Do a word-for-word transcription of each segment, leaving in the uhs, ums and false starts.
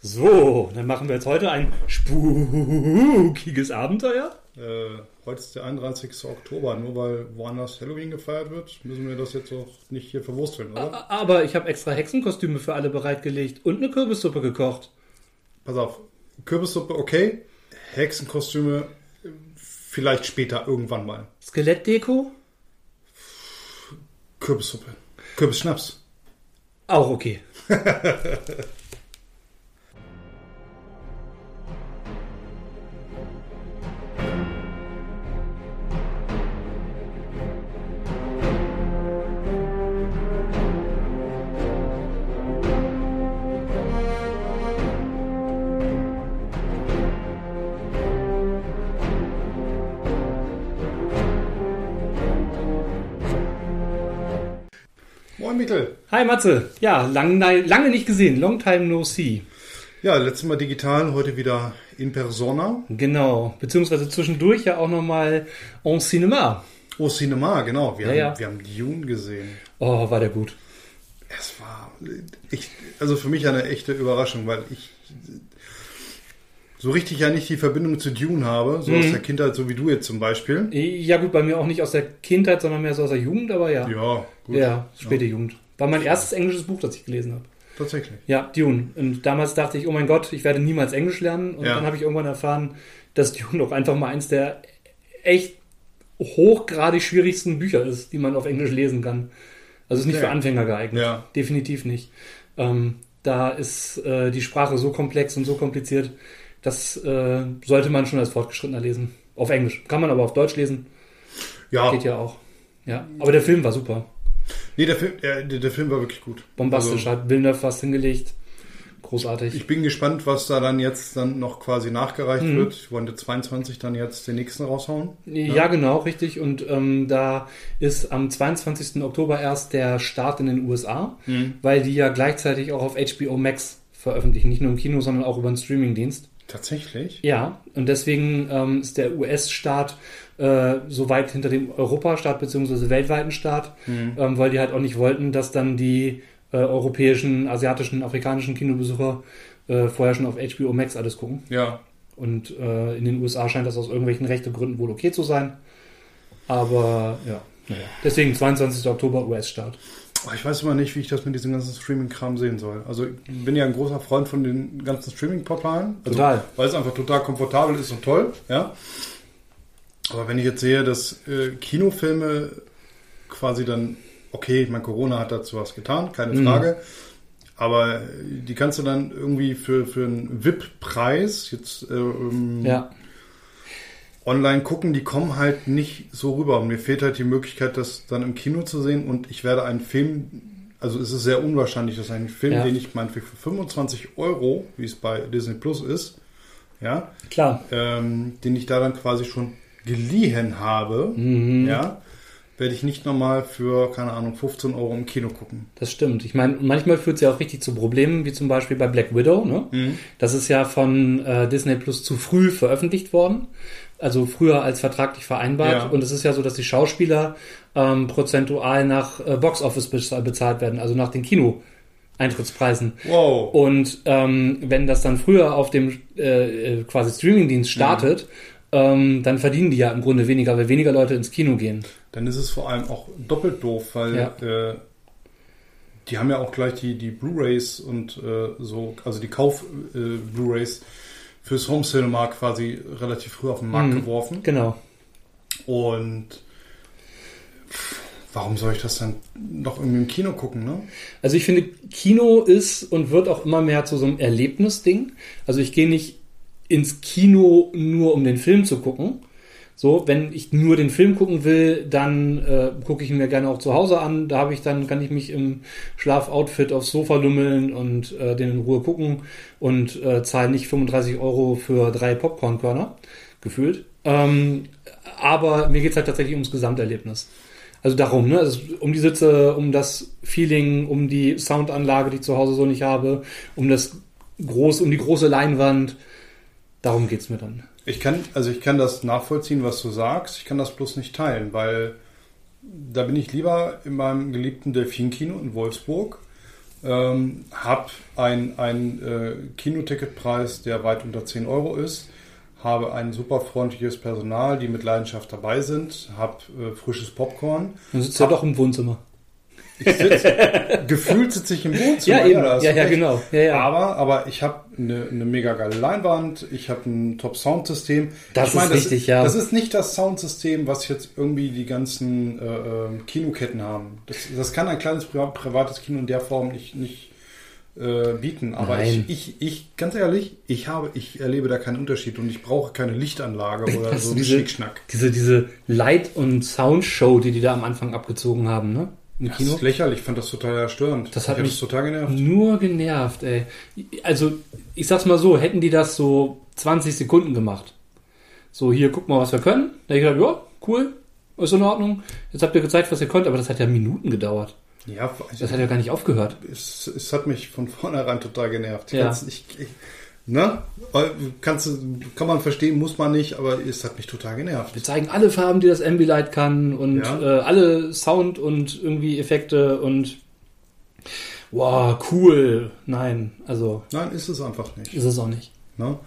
So, dann machen wir jetzt heute ein spukiges Abenteuer. Äh, heute ist der einunddreißigster Oktober. Nur weil woanders Halloween gefeiert wird, müssen wir das jetzt auch nicht hier verwursteln, oder? Aber ich habe extra Hexenkostüme für alle bereitgelegt und eine Kürbissuppe gekocht. Pass auf, Kürbissuppe okay, Hexenkostüme vielleicht später irgendwann mal. Skelettdeko? Kürbissuppe. Kürbisschnaps. Auch okay. Moin Mikkel. Hi Matze. Ja, lang, lange nicht gesehen. Long time no see. Ja, letztes Mal digital, heute wieder in persona. Genau. Beziehungsweise zwischendurch ja auch nochmal en Cinema. Oh, Cinema, genau. Wir, Ja, haben, ja. wir haben Dune gesehen. Oh, war der gut. Es war, ich, also für mich eine echte Überraschung, weil ich so richtig ja nicht die Verbindung zu Dune habe, so Mhm. aus der Kindheit, so wie du jetzt zum Beispiel. Ja gut, bei mir auch nicht aus der Kindheit, sondern mehr so aus der Jugend, aber ja. Ja, gut. Ja, späte Jugend. War mein erstes englisches Buch, das ich gelesen habe. Tatsächlich. Ja, Dune. Und damals dachte ich, oh mein Gott, ich werde niemals Englisch lernen. Und Ja. dann habe ich irgendwann erfahren, dass Dune auch einfach mal eins der echt hochgradig schwierigsten Bücher ist, die man auf Englisch lesen kann. Also ist nicht Ja. für Anfänger geeignet. Ja. Definitiv nicht. Ähm, da ist äh, die Sprache so komplex und so kompliziert, das äh, sollte man schon als Fortgeschrittener lesen. Auf Englisch. Kann man aber auf Deutsch lesen. Ja. Geht ja auch. Ja. Aber der Film war super. Nee, der Film, der, der Film war wirklich gut. Bombastisch. Also, Hat Villeneuve was hingelegt. Großartig. ich bin gespannt, was da dann jetzt dann noch quasi nachgereicht Mhm. wird. Ich wollte zweiundzwanzig dann jetzt den nächsten raushauen. Ja, genau, richtig. Und ähm, da ist am zweiundzwanzigsten Oktober erst der Start in den U S A, Mhm. weil die ja gleichzeitig auch auf H B O Max veröffentlichen. Nicht nur im Kino, sondern auch über einen Streamingdienst. Tatsächlich? Ja, und deswegen ähm, ist der U S-Start äh, so weit hinter dem Europastart bzw. weltweiten Start, Mhm. ähm, weil die halt auch nicht wollten, dass dann die äh, europäischen, asiatischen, afrikanischen Kinobesucher äh, vorher schon auf H B O Max alles gucken. Ja. Und äh, in den U S A scheint das aus irgendwelchen Rechtegründen wohl okay zu sein. Aber ja, naja. Deswegen zweiundzwanzigster Oktober U S-Start. Oh, ich weiß immer nicht, wie ich das mit diesem ganzen Streaming-Kram sehen soll. Also ich bin ja ein großer Freund von den ganzen Streaming-Portalen. Also, Total. weil es einfach total komfortabel ist und toll. Ja. Aber wenn ich jetzt sehe, dass äh, Kinofilme quasi dann, okay, ich meine, Corona hat dazu was getan, keine Mhm. Frage. Aber die kannst du dann irgendwie für, für einen V I P-Preis jetzt ähm, Ja, online gucken, die kommen halt nicht so rüber. Und mir fehlt halt die Möglichkeit, das dann im Kino zu sehen. Und ich werde einen Film, also es ist sehr unwahrscheinlich, dass ein Film, Ja. den ich meinetwegen für fünfundzwanzig Euro, wie es bei Disney Plus ist, ja, klar. ähm, den ich da dann quasi schon geliehen habe, Mhm. ja, werde ich nicht nochmal für, keine Ahnung, fünfzehn Euro im Kino gucken. Das stimmt. Ich meine, manchmal führt es ja auch richtig zu Problemen, wie zum Beispiel bei Black Widow. Ne? Mhm. Das ist ja von äh, Disney Plus zu früh veröffentlicht worden. Also früher als vertraglich vereinbart. Ja. Und es ist ja so, dass die Schauspieler ähm, prozentual nach äh, Box Office bez- bezahlt werden, also nach den Kino-Eintrittspreisen. Wow. Und ähm, wenn das dann früher auf dem äh, äh, quasi Streamingdienst startet, ähm, dann verdienen die ja im Grunde weniger, weil weniger Leute ins Kino gehen. Dann ist es vor allem auch doppelt doof, weil Ja. äh, die haben ja auch gleich die, die Blu-Rays und äh, so, also die Kauf-Blu-Rays fürs Home Cinema quasi relativ früh auf den Markt Mhm. geworfen. Genau. Und warum soll ich das dann noch irgendwie im Kino gucken, ne? Also ich finde, Kino ist und wird auch immer mehr zu so einem Erlebnisding. Also ich gehe nicht ins Kino nur, um den Film zu gucken. So, wenn ich nur den Film gucken will, dann äh, gucke ich ihn mir gerne auch zu Hause an. Da habe ich dann, kann ich mich im Schlafoutfit aufs Sofa lümmeln und äh, den in Ruhe gucken und äh, zahle nicht fünfunddreißig Euro für drei Popcornkörner, gefühlt. Ähm, aber mir geht's halt tatsächlich ums Gesamterlebnis. Also darum, ne? Also um die Sitze, um das Feeling, um die Soundanlage, die ich zu Hause so nicht habe, um das groß, um die große Leinwand. Darum geht's mir dann. Ich kann, also ich kann das nachvollziehen, was du sagst. Ich kann das bloß nicht teilen, weil da bin ich lieber in meinem geliebten Delfin-Kino in Wolfsburg Ähm, habe ein, ein äh, Kinoticketpreis, der weit unter zehn Euro ist. Habe ein super freundliches Personal, die mit Leidenschaft dabei sind. Habe äh, frisches Popcorn. Du sitzt ja doch im Wohnzimmer. Ich sitz, gefühlt sitze ich im Wohnzimmer. Ja, eben. da hast ja, du ja, recht. genau. Ja, ja. Aber, aber ich habe eine, eine mega geile Leinwand, ich habe ein Top-Sound-System. Das ich mein, ist richtig, ja. Das ist nicht das Soundsystem, was jetzt irgendwie die ganzen äh, äh, Kinoketten haben. Das, das kann ein kleines Pri- privates Kino in der Form nicht, nicht äh, bieten. Aber Nein. ich, ich, ich, ganz ehrlich, ich habe, ich erlebe da keinen Unterschied und ich brauche keine Lichtanlage oder Das so ist einen diese, Schickschnack. diese, diese Light- und Soundshow, die die da am Anfang abgezogen haben, ne? Im Das Kino. ist lächerlich, ich fand das total störend. Das hat ich mich das total genervt. Nur genervt, ey. Also, ich sag's mal so, hätten die das so zwanzig Sekunden gemacht. So, hier, guck mal, was wir können. Da hätte ich gedacht, ja, cool, ist in Ordnung. Jetzt habt ihr gezeigt, was ihr könnt, aber das hat ja Minuten gedauert. Ja, Das hat ja gar nicht aufgehört. Es, es hat mich von vornherein total genervt. Ja. Kannst nicht, ich, ne? Kannst, du- kann man verstehen, muss man nicht, aber es hat mich total genervt. Wir zeigen alle Farben, die das Ambilight kann und Ja. äh, alle Sound und irgendwie Effekte und wow, cool. Nein, also Nein, ist es einfach nicht. ist es auch nicht. Ne?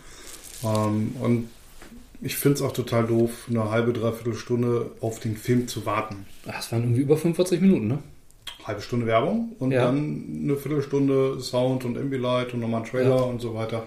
Ähm, und ich finde es auch total doof, eine halbe, dreiviertel Stunde auf den Film zu warten. Das waren irgendwie über fünfundvierzig Minuten, ne? Halbe Stunde Werbung und Ja. dann eine Viertelstunde Sound und Ambilight und nochmal ein Trailer Ja. und so weiter.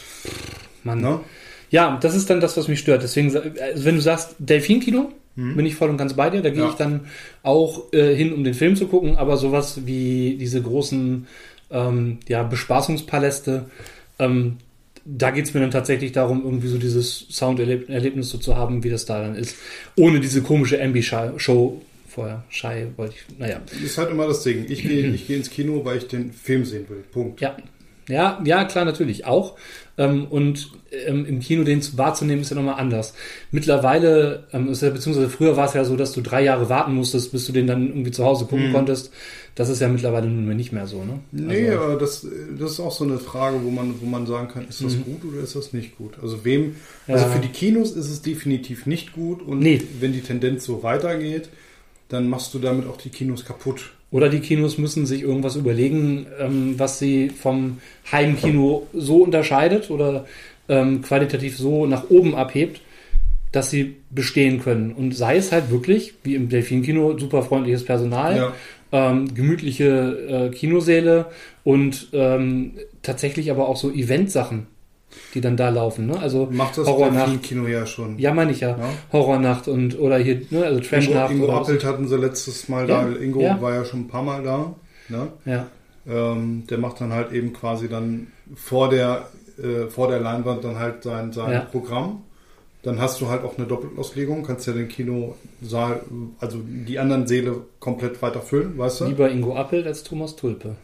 Mann. Ne? Ja, das ist dann das, was mich stört. Deswegen, sa- also wenn du sagst Delfinkino, bin ich voll und ganz bei dir. Da gehe Ja. ich dann auch äh, hin, um den Film zu gucken. Aber sowas wie diese großen ähm, ja, Bespaßungspaläste, ähm, da geht es mir dann tatsächlich darum, irgendwie so dieses Sounderlebnis so zu haben, wie das da dann ist. Ohne diese komische Ambi-Show vorher. Schei wollte ich, naja. Ist halt immer das Ding. Ich gehe ich gehe ins Kino, weil ich den Film sehen will. Punkt. Ja, ja, ja, klar, natürlich auch. Ähm, und ähm, im Kino den zu- wahrzunehmen, ist ja nochmal anders. Mittlerweile, ähm, ist ja, beziehungsweise früher war es ja so, dass du drei Jahre warten musstest, bis du den dann irgendwie zu Hause gucken konntest. Das ist ja mittlerweile nunmehr nicht mehr so, ne? Nee, Also, aber das, das ist auch so eine Frage, wo man, wo man sagen kann, ist das gut oder ist das nicht gut? Also wem, also Ja. für die Kinos ist es definitiv nicht gut und Nee. wenn die Tendenz so weitergeht, dann machst du damit auch die Kinos kaputt. oder die Kinos müssen sich irgendwas überlegen, ähm, was sie vom Heimkino so unterscheidet oder ähm, qualitativ so nach oben abhebt, dass sie bestehen können. Und sei es halt wirklich, wie im Delfinkino, super freundliches Personal, Ja. ähm, gemütliche äh, Kinosäle und ähm, tatsächlich aber auch so Eventsachen, die dann da laufen. Ne? Also Macht das Horrornacht. Kino ja schon. Ja, meine ich ja. Ja. Horrornacht und oder hier, ne, also Ingo, Trashnacht. Ingo oder Appelt hatten sie letztes Mal Ja. da. Ingo Ja. war ja schon ein paar Mal da. Ne? ja. Ähm, der macht dann halt eben quasi dann vor der, äh, vor der Leinwand dann halt sein, sein Ja. Programm. Dann hast du halt auch eine Doppelauslegung, kannst ja den Kinosaal, also die anderen Säle komplett weiter füllen, weißt du? Lieber Ingo Appelt als Thomas Tulpe.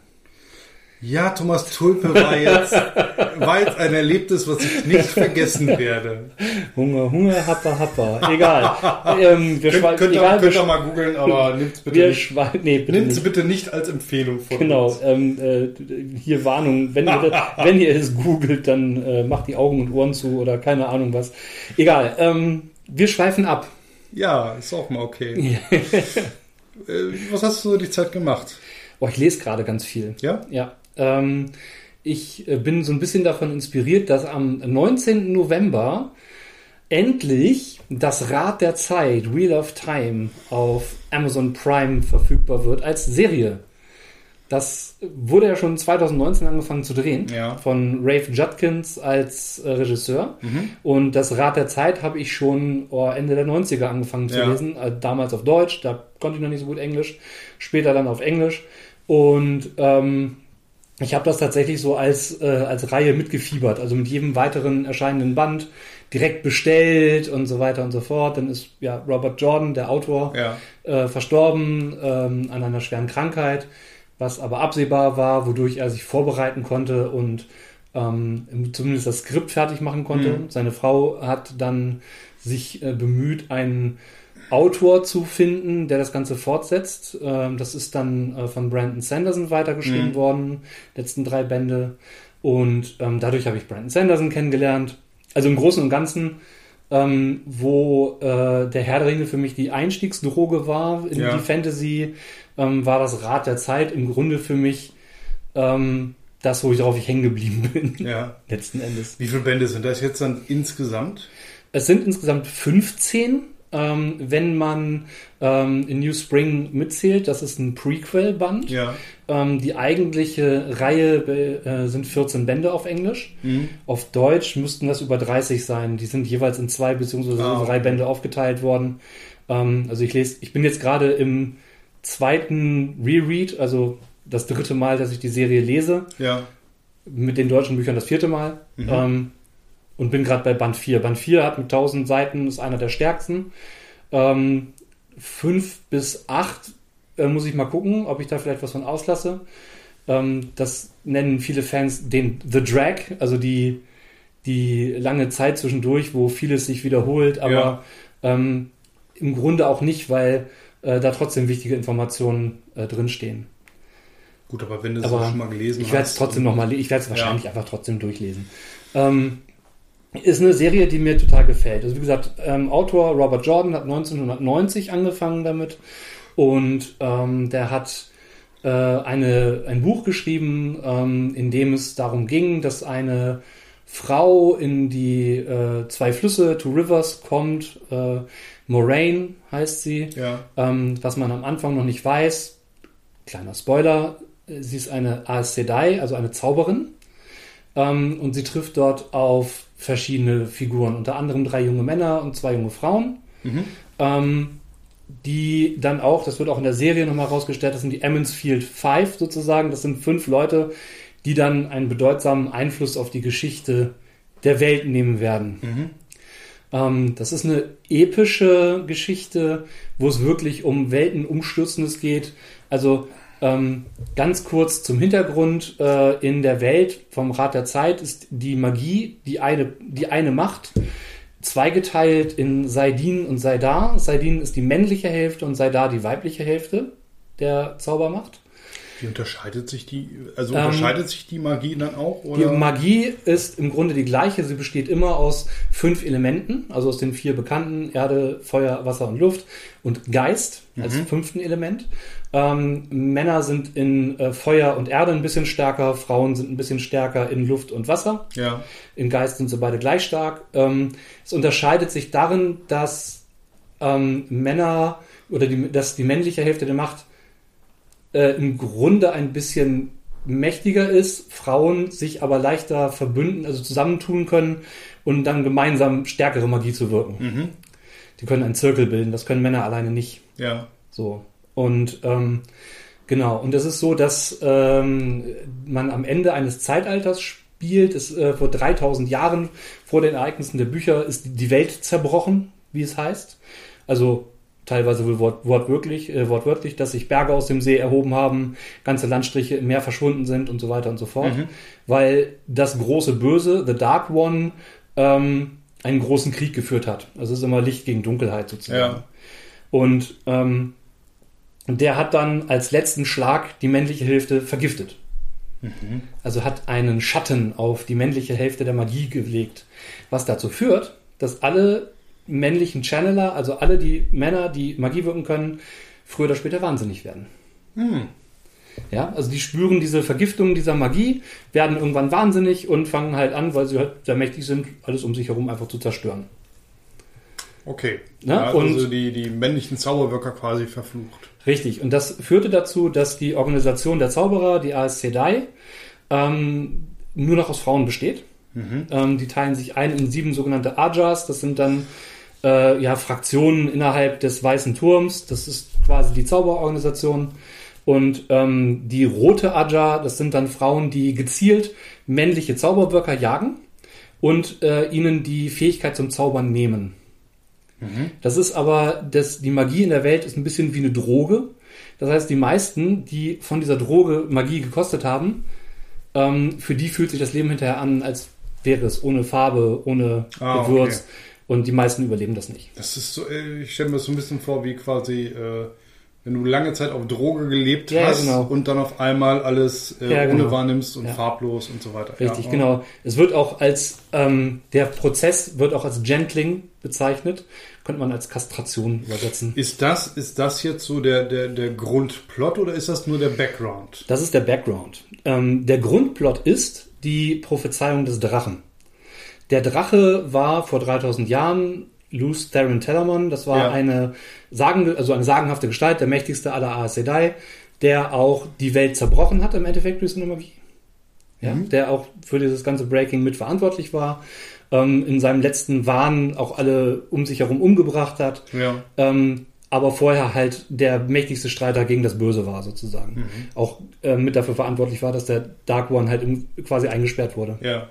Ja, Thomas Tulpe war jetzt, war jetzt ein Erlebnis, was ich nicht vergessen werde. Hunger, Hunger, Happa, Happa. Egal. ähm, wir Könnt, schweifen, könnt, ihr, egal, könnt wir, ihr mal googeln, aber nimmt's bitte wir nicht. schweifen, nee, bitte Nimmt's nicht. bitte nicht als Empfehlung von Genau, uns. ähm, äh, hier Warnung, wenn ihr, wenn ihr es googelt, dann äh, macht die Augen und Ohren zu oder keine Ahnung was. Egal, ähm, wir schweifen ab. Ja, ist auch mal okay. äh, was hast du so die Zeit gemacht? Boah, ich lese gerade ganz viel. Ja? Ja, ähm, ich äh, bin so ein bisschen davon inspiriert, dass am neunzehnten November endlich das Rad der Zeit, Wheel of Time, auf Amazon Prime verfügbar wird als Serie. Das wurde ja schon zwanzig neunzehn angefangen zu drehen, Ja. von Rafe Judkins als äh, Regisseur. Mhm. Und das Rad der Zeit habe ich schon oh, Ende der neunziger angefangen zu Ja. lesen. Äh, damals auf Deutsch, da konnte ich noch nicht so gut Englisch. Später dann auf Englisch. Und ähm, ich habe das tatsächlich so als, äh, als Reihe mitgefiebert. Also mit jedem weiteren erscheinenden Band direkt bestellt und so weiter und so fort. Dann ist ja Robert Jordan, der Autor, Ja. äh, verstorben ähm, an einer schweren Krankheit, was aber absehbar war, wodurch er sich vorbereiten konnte und ähm, zumindest das Skript fertig machen konnte. Mhm. Seine Frau hat dann sich äh, bemüht, einen Autor zu finden, der das Ganze fortsetzt. Ähm, das ist dann äh, von Brandon Sanderson weitergeschrieben Mhm. worden, letzten drei Bände. Und ähm, dadurch habe ich Brandon Sanderson kennengelernt. Also im Großen und Ganzen, ähm, wo äh, der Herr der Ringe für mich die Einstiegsdroge war in Ja. die Fantasy, ähm, war das Rad der Zeit im Grunde für mich ähm, das, wo ich darauf ich hängen geblieben bin. Ja. Letzten Endes. Wie viele Bände sind das jetzt dann insgesamt? Es sind insgesamt fünfzehn, ähm, wenn man ähm, in New Spring mitzählt. Das ist ein Prequel-Band. Ja. Ähm, die eigentliche Reihe äh, sind vierzehn Bände auf Englisch. Mhm. Auf Deutsch müssten das über dreißig sein. Die sind jeweils in zwei beziehungsweise Ah, okay. drei Bände aufgeteilt worden. Ähm, also ich lese, ich bin jetzt gerade im zweiten Reread, also das dritte Mal, dass ich die Serie lese. Ja. Mit den deutschen Büchern das vierte Mal. Mhm. Ähm, und bin gerade bei Band vier. Band vier hat mit tausend Seiten, ist einer der stärksten. Ähm, fünf bis acht äh, muss ich mal gucken, ob ich da vielleicht was von auslasse. Ähm, das nennen viele Fans den The Drag, also die, die lange Zeit zwischendurch, wo vieles sich wiederholt, aber Ja. ähm, im Grunde auch nicht, weil äh, da trotzdem wichtige Informationen äh, drinstehen. Gut, aber wenn du es Aber auch schon mal gelesen Ich werde es hast. trotzdem und- nochmal, ich werde es wahrscheinlich Ja. einfach trotzdem durchlesen. Ähm, ist eine Serie, die mir total gefällt. Also wie gesagt, ähm, Autor Robert Jordan hat neunzehnhundertneunzig angefangen damit und ähm, der hat äh, eine, ein Buch geschrieben, ähm, in dem es darum ging, dass eine Frau in die äh, zwei Flüsse, Two Rivers, kommt. Äh, Moraine heißt sie. Ja. Ähm, was man am Anfang noch nicht weiß, kleiner Spoiler, sie ist eine Aes Sedai, also eine Zauberin. Ähm, und sie trifft dort auf verschiedene Figuren, unter anderem drei junge Männer und zwei junge Frauen, Mhm. ähm, die dann auch, das wird auch in der Serie nochmal rausgestellt, das sind die Emmonsfield Five sozusagen, das sind fünf Leute, die dann einen bedeutsamen Einfluss auf die Geschichte der Welt nehmen werden. Mhm. Ähm, das ist eine epische Geschichte, wo es wirklich um Weltenumstürzendes geht. Also ähm, ganz kurz zum Hintergrund. Äh, in der Welt vom Rat der Zeit ist die Magie die eine, die eine Macht, zweigeteilt in Saidin und Saidar. Saidin ist die männliche Hälfte und Saidar die weibliche Hälfte der Zaubermacht. Wie unterscheidet sich die, also Ähm, unterscheidet sich die Magie dann auch? Die Oder? Magie ist im Grunde die gleiche. Sie besteht immer aus fünf Elementen, also aus den vier bekannten: Erde, Feuer, Wasser und Luft und Geist als Mhm. fünften Element. Ähm, Männer sind in äh, Feuer und Erde ein bisschen stärker, Frauen sind ein bisschen stärker in Luft und Wasser. Ja. Im Geist sind sie beide gleich stark. Ähm, es unterscheidet sich darin, dass ähm, Männer oder die, dass die männliche Hälfte der Macht äh, im Grunde ein bisschen mächtiger ist, Frauen sich aber leichter verbünden, also zusammentun können und dann gemeinsam stärkere Magie zu wirken. Mhm. Die können einen Zirkel bilden, das können Männer alleine nicht. Ja. So. Und ähm, genau, und es ist so, dass ähm, man am Ende eines Zeitalters spielt. Es, äh, vor dreitausend Jahren vor den Ereignissen der Bücher ist die Welt zerbrochen, wie es heißt. Also teilweise wohl wort, wortwörtlich, äh, wortwörtlich, dass sich Berge aus dem See erhoben haben, ganze Landstriche im Meer verschwunden sind und so weiter und so fort. Mhm. Weil das große Böse, The Dark One, ähm, einen großen Krieg geführt hat. Also es ist immer Licht gegen Dunkelheit sozusagen. Ja. Und ähm, der hat dann als letzten Schlag die männliche Hälfte vergiftet. Mhm. Also hat einen Schatten auf die männliche Hälfte der Magie gelegt. Was dazu führt, dass alle männlichen Channeler, also alle die Männer, die Magie wirken können, früher oder später wahnsinnig werden. Mhm. Ja, also die spüren diese Vergiftung dieser Magie, werden irgendwann wahnsinnig und fangen halt an, weil sie halt sehr mächtig sind, alles um sich herum einfach zu zerstören. Okay. Ne? Ja, also Und- die, die männlichen Zauberwirker quasi verflucht. Richtig. Und das führte dazu, dass die Organisation der Zauberer, die Aes Sedai, ähm, nur noch aus Frauen besteht. Mhm. Ähm, die teilen sich ein in sieben sogenannte Ajas. Das sind dann äh, ja, Fraktionen innerhalb des Weißen Turms. Das ist quasi die Zauberorganisation. Und ähm, die rote Aja, das sind dann Frauen, die gezielt männliche Zauberwirker jagen und äh, ihnen die Fähigkeit zum Zaubern nehmen. Mhm. Das ist aber, das, die Magie in der Welt ist ein bisschen wie eine Droge. Das heißt, die meisten, die von dieser Droge Magie gekostet haben, ähm, für die fühlt sich das Leben hinterher an, als wäre es ohne Farbe, ohne Ah, Gewürz. okay. Und die meisten überleben das nicht. Das ist so, äh, ich stelle mir das so ein bisschen vor wie quasi äh, Wenn du lange Zeit auf Droge gelebt ja, hast genau. und dann auf einmal alles äh, ja, genau. ohne wahrnimmst und ja. farblos und so weiter. Richtig, ja, genau. Es wird auch als, ähm, der Prozess wird auch als Gentling bezeichnet. Könnte man als Kastration übersetzen. Ist das, ist das jetzt so der, der, der Grundplot oder ist das nur der Background? Das ist der Background. Ähm, der Grundplot ist die Prophezeiung des Drachen. Der Drache war vor dreitausend Jahren Luz Theron Tellerman. Das war Ja. eine, sagen, also eine sagenhafte Gestalt, der mächtigste aller Aes Sedai, der auch die Welt zerbrochen hat im Endeffekt durch seine Magie. Ja, Mhm. Der auch für dieses ganze Breaking mitverantwortlich war. Ähm, in seinem letzten Wahn auch alle um sich herum umgebracht hat. Ja. Ähm, aber vorher halt der mächtigste Streiter gegen das Böse war, sozusagen. Mhm. Auch äh, mit dafür verantwortlich war, dass der Dark One halt im, quasi eingesperrt wurde. Ja.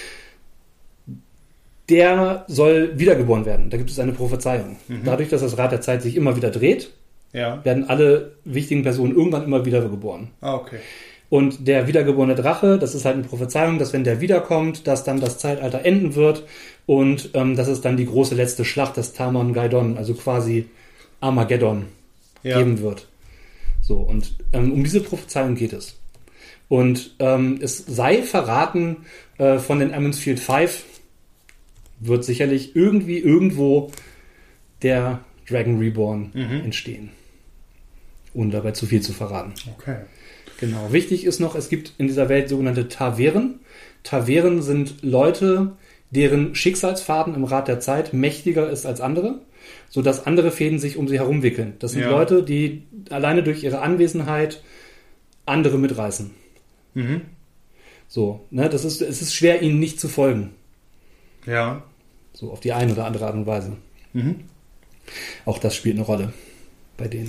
Der soll wiedergeboren werden. Da gibt es eine Prophezeiung. Mhm. Dadurch, dass das Rad der Zeit sich immer wieder dreht, Ja. werden alle wichtigen Personen irgendwann immer wieder geboren. Ah, okay. Und der wiedergeborene Drache, das ist halt eine Prophezeiung, dass wenn der wiederkommt, dass dann das Zeitalter enden wird und ähm, dass es dann die große letzte Schlacht des Tamon-Gaidon, also quasi Armageddon, Ja. geben wird. So, und ähm, um diese Prophezeiung geht es. Und ähm, es sei verraten äh, von den Emmonsfield Five, wird sicherlich irgendwie irgendwo der Dragon Reborn Mhm. entstehen. Ohne dabei zu viel zu verraten. Okay. Genau. Wichtig ist noch, es gibt in dieser Welt sogenannte Taveren. Taveren sind Leute, deren Schicksalsfaden im Rad der Zeit mächtiger ist als andere, sodass andere Fäden sich um sie herum wickeln. Das sind Ja. Leute, die alleine durch ihre Anwesenheit andere mitreißen. Mhm. So, ne, das ist, es ist schwer, ihnen nicht zu folgen. Ja. So auf die eine oder andere Art und Weise. Mhm. Auch das spielt eine Rolle bei denen.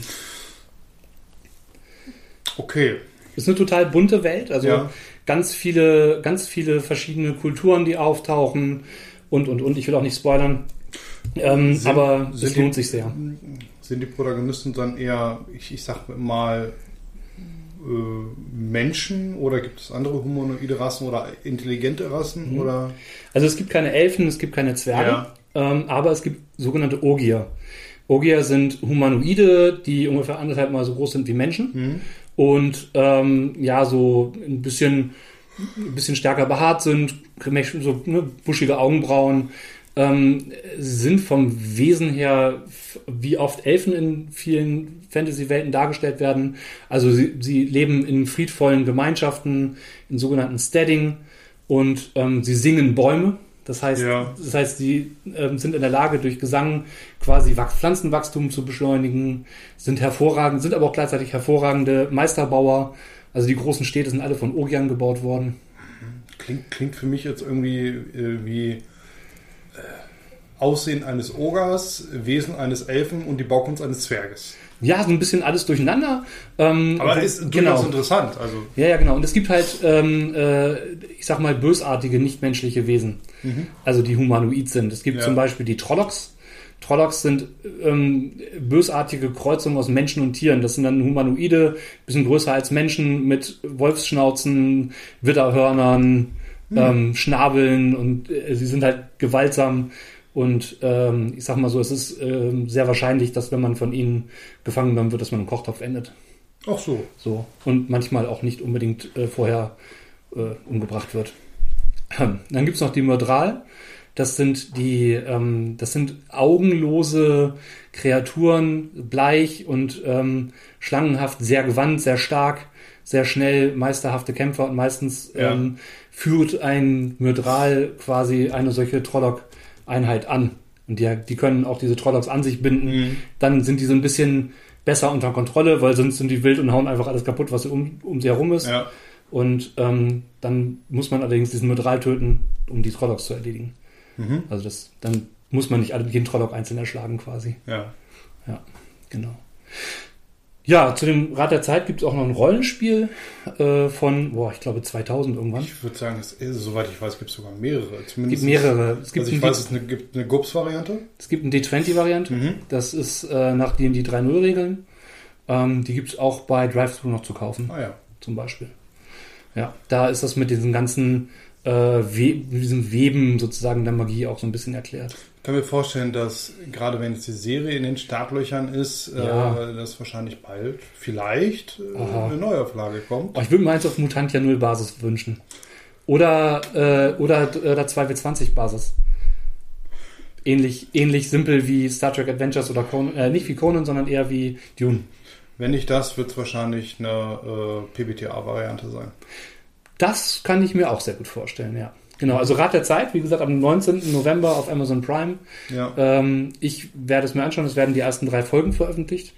Okay. Ist eine total bunte Welt, also Ja. ganz viele, ganz viele verschiedene Kulturen, die auftauchen und und und. Ich will auch nicht spoilern, ähm, Sind- aber sind es lohnt die- sich sehr. Sind die Protagonisten dann eher, ich, ich sag mal, äh, Menschen oder gibt es andere humanoide Rassen oder intelligente Rassen? Mhm. Oder? Also es gibt keine Elfen, es gibt keine Zwerge, Ja. ähm, aber es gibt sogenannte Ogier. Ogier sind Humanoide, die ungefähr anderthalb Mal so groß sind wie Menschen Mhm. und ähm, ja so ein bisschen, ein bisschen stärker behaart sind, so ne, buschige Augenbrauen. Ähm, sind vom Wesen her, f- wie oft Elfen in vielen Fantasy-Welten dargestellt werden. Also sie, sie leben in friedvollen Gemeinschaften, in sogenannten Steading und ähm, sie singen Bäume. Das heißt, Ja. das heißt, sie ähm, sind in der Lage, durch Gesang quasi Wach- Pflanzenwachstum zu beschleunigen, sind hervorragend, sind aber auch gleichzeitig hervorragende Meisterbauer. Also die großen Städte sind alle von Ogiern gebaut worden. Klingt, klingt für mich jetzt irgendwie äh, wie äh, Aussehen eines Ogers, Wesen eines Elfen und die Baukunst eines Zwerges. Ja, so ein bisschen alles durcheinander. Ähm, Aber wo- ist durchaus genau. interessant. Also, Ja, ja, genau. Und es gibt halt, ähm, äh, ich sag mal, bösartige, nichtmenschliche Wesen. Mhm. Also die humanoid sind. Es gibt Ja. zum Beispiel die Trollocs. Trollocs sind ähm, bösartige Kreuzungen aus Menschen und Tieren. Das sind dann Humanoide, bisschen größer als Menschen, mit Wolfsschnauzen, Widderhörnern, ähm, Schnabeln und äh, sie sind halt gewaltsam. Und ähm, ich sag mal so, es ist ähm, sehr wahrscheinlich, dass wenn man von ihnen gefangen genommen wird, dass man im Kochtopf endet. ach so. So. Und manchmal auch nicht unbedingt äh, vorher äh, umgebracht wird. Ähm, Dann gibt's noch die Myrdral. Das sind die, ähm, das sind augenlose Kreaturen, bleich und ähm, schlangenhaft, sehr gewandt, sehr stark, sehr schnell, meisterhafte Kämpfer und meistens Ja. ähm, führt ein Myrdral quasi eine solche Trolloc-Einheit an. Und die, die können auch diese Trollocs an sich binden. Mhm. Dann sind die so ein bisschen besser unter Kontrolle, weil sonst sind die wild und hauen einfach alles kaputt, was um, um sie herum ist. Ja. Und ähm, dann muss man allerdings diesen Myrdral töten, um die Trollocs zu erledigen. Mhm. Also das, dann muss man nicht alle- jeden Trolloc einzeln erschlagen quasi. Ja. Ja, genau. Ja, zu dem Rad der Zeit gibt es auch noch ein Rollenspiel äh, von, boah, ich glaube zweitausend irgendwann. Ich würde sagen, es ist, soweit ich weiß, gibt es sogar mehrere. Es Zumindest gibt mehrere. Es gibt, Also ich ein, weiß, es eine, gibt eine G U P S-Variante. es gibt eine D zwanzig-Variante. Mhm. Das ist äh, nach D und D drei Punkt null-Regeln. Ähm, die gibt es auch bei Drive-Thru noch zu kaufen. Ah ja. Zum Beispiel. Ja, da ist das mit diesen ganzen äh, We- diesem Weben sozusagen der Magie auch so ein bisschen erklärt. Ich kann mir vorstellen, dass gerade wenn jetzt die Serie in den Startlöchern ist, Ja. äh, dass wahrscheinlich bald vielleicht äh, Aha. eine Neuauflage kommt. Oh, ich würde mir eins auf Mutantia null Basis wünschen. Oder, äh, oder, oder zwei W zwanzig Basis. Ähnlich, ähnlich simpel wie Star Trek Adventures oder Conan, äh, nicht wie Conan, sondern eher wie Dune. Wenn nicht das, wird es wahrscheinlich eine äh, P B T A-Variante sein. Das kann ich mir auch sehr gut vorstellen, ja. Genau, also Rat der Zeit, wie gesagt, am neunzehnten November auf Amazon Prime. Ja. Ähm, ich werde es mir anschauen, es werden die ersten drei Folgen veröffentlicht.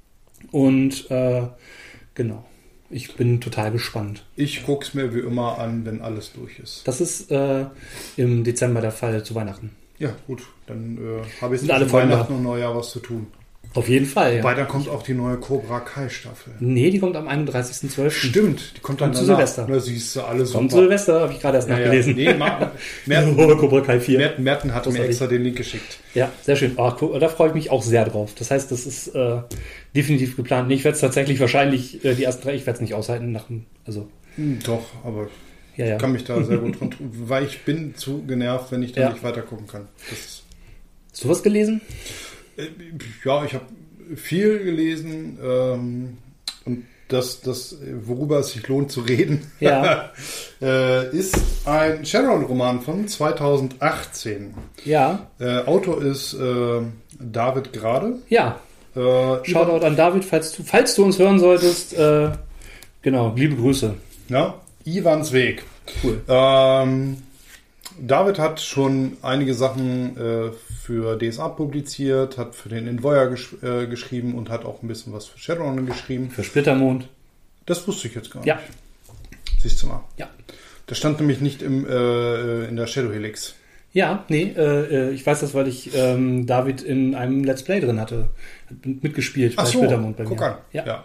Und äh, genau, ich bin total gespannt. Ich gucke es mir wie immer an, wenn alles durch ist. Das ist äh, im Dezember der Fall zu Weihnachten. Ja, gut, dann äh, habe ich Sind alle Folgen Weihnachten da. und Neujahr was zu tun. Auf jeden Fall, ja. Wobei, dann kommt auch die neue Cobra Kai Staffel. Nee, die kommt am einunddreißigsten zwölften Stimmt, die kommt dann Kommt zu danach. Silvester. Na, siehst du, alle super. Kommt zu Silvester, habe ich gerade erst Ja, nachgelesen. ja. Nee, Ma- Merten, Oh, Cobra Kai vier. Merten, Merten hat mir Großartig. extra den Link geschickt. Ja, sehr schön. Oh, cool. Da freue ich mich auch sehr drauf. Das heißt, das ist äh, definitiv geplant. Nee, ich werde es tatsächlich wahrscheinlich, äh, die ersten drei, ich werde es nicht aushalten. Nach, dem- also, Hm, Doch, aber ja, ja. ich kann mich da sehr gut dran tun, weil ich bin zu genervt, wenn ich da Ja. nicht weiter gucken kann. Das, Hast du was gelesen? äh, ja, ich habe viel gelesen ähm, und das, das, worüber es sich lohnt zu reden, Ja. äh, ist ein Shadowrun-Roman von zweitausendachtzehn. Ja. Äh, Autor ist äh, David Grade. Ja. Äh, Shoutout an David, falls du, falls du uns hören solltest. Äh, genau, liebe Grüße. Ja, Ivans Weg. Cool. Ähm, David hat schon einige Sachen äh, für D S A publiziert, hat für den Envoyer gesch äh, geschrieben und hat auch ein bisschen was für Shadowrun geschrieben. Für Splittermond. Das wusste ich jetzt gar Ja. nicht. Siehst du mal. Ja. Das stand nämlich nicht im, äh, in der Shadow Helix. Ja, nee, äh, ich weiß das, weil ich ähm, David in einem Let's Play drin hatte. Hat mitgespielt Ach bei so, Splittermond bei guck mir. an. Ja, Ja.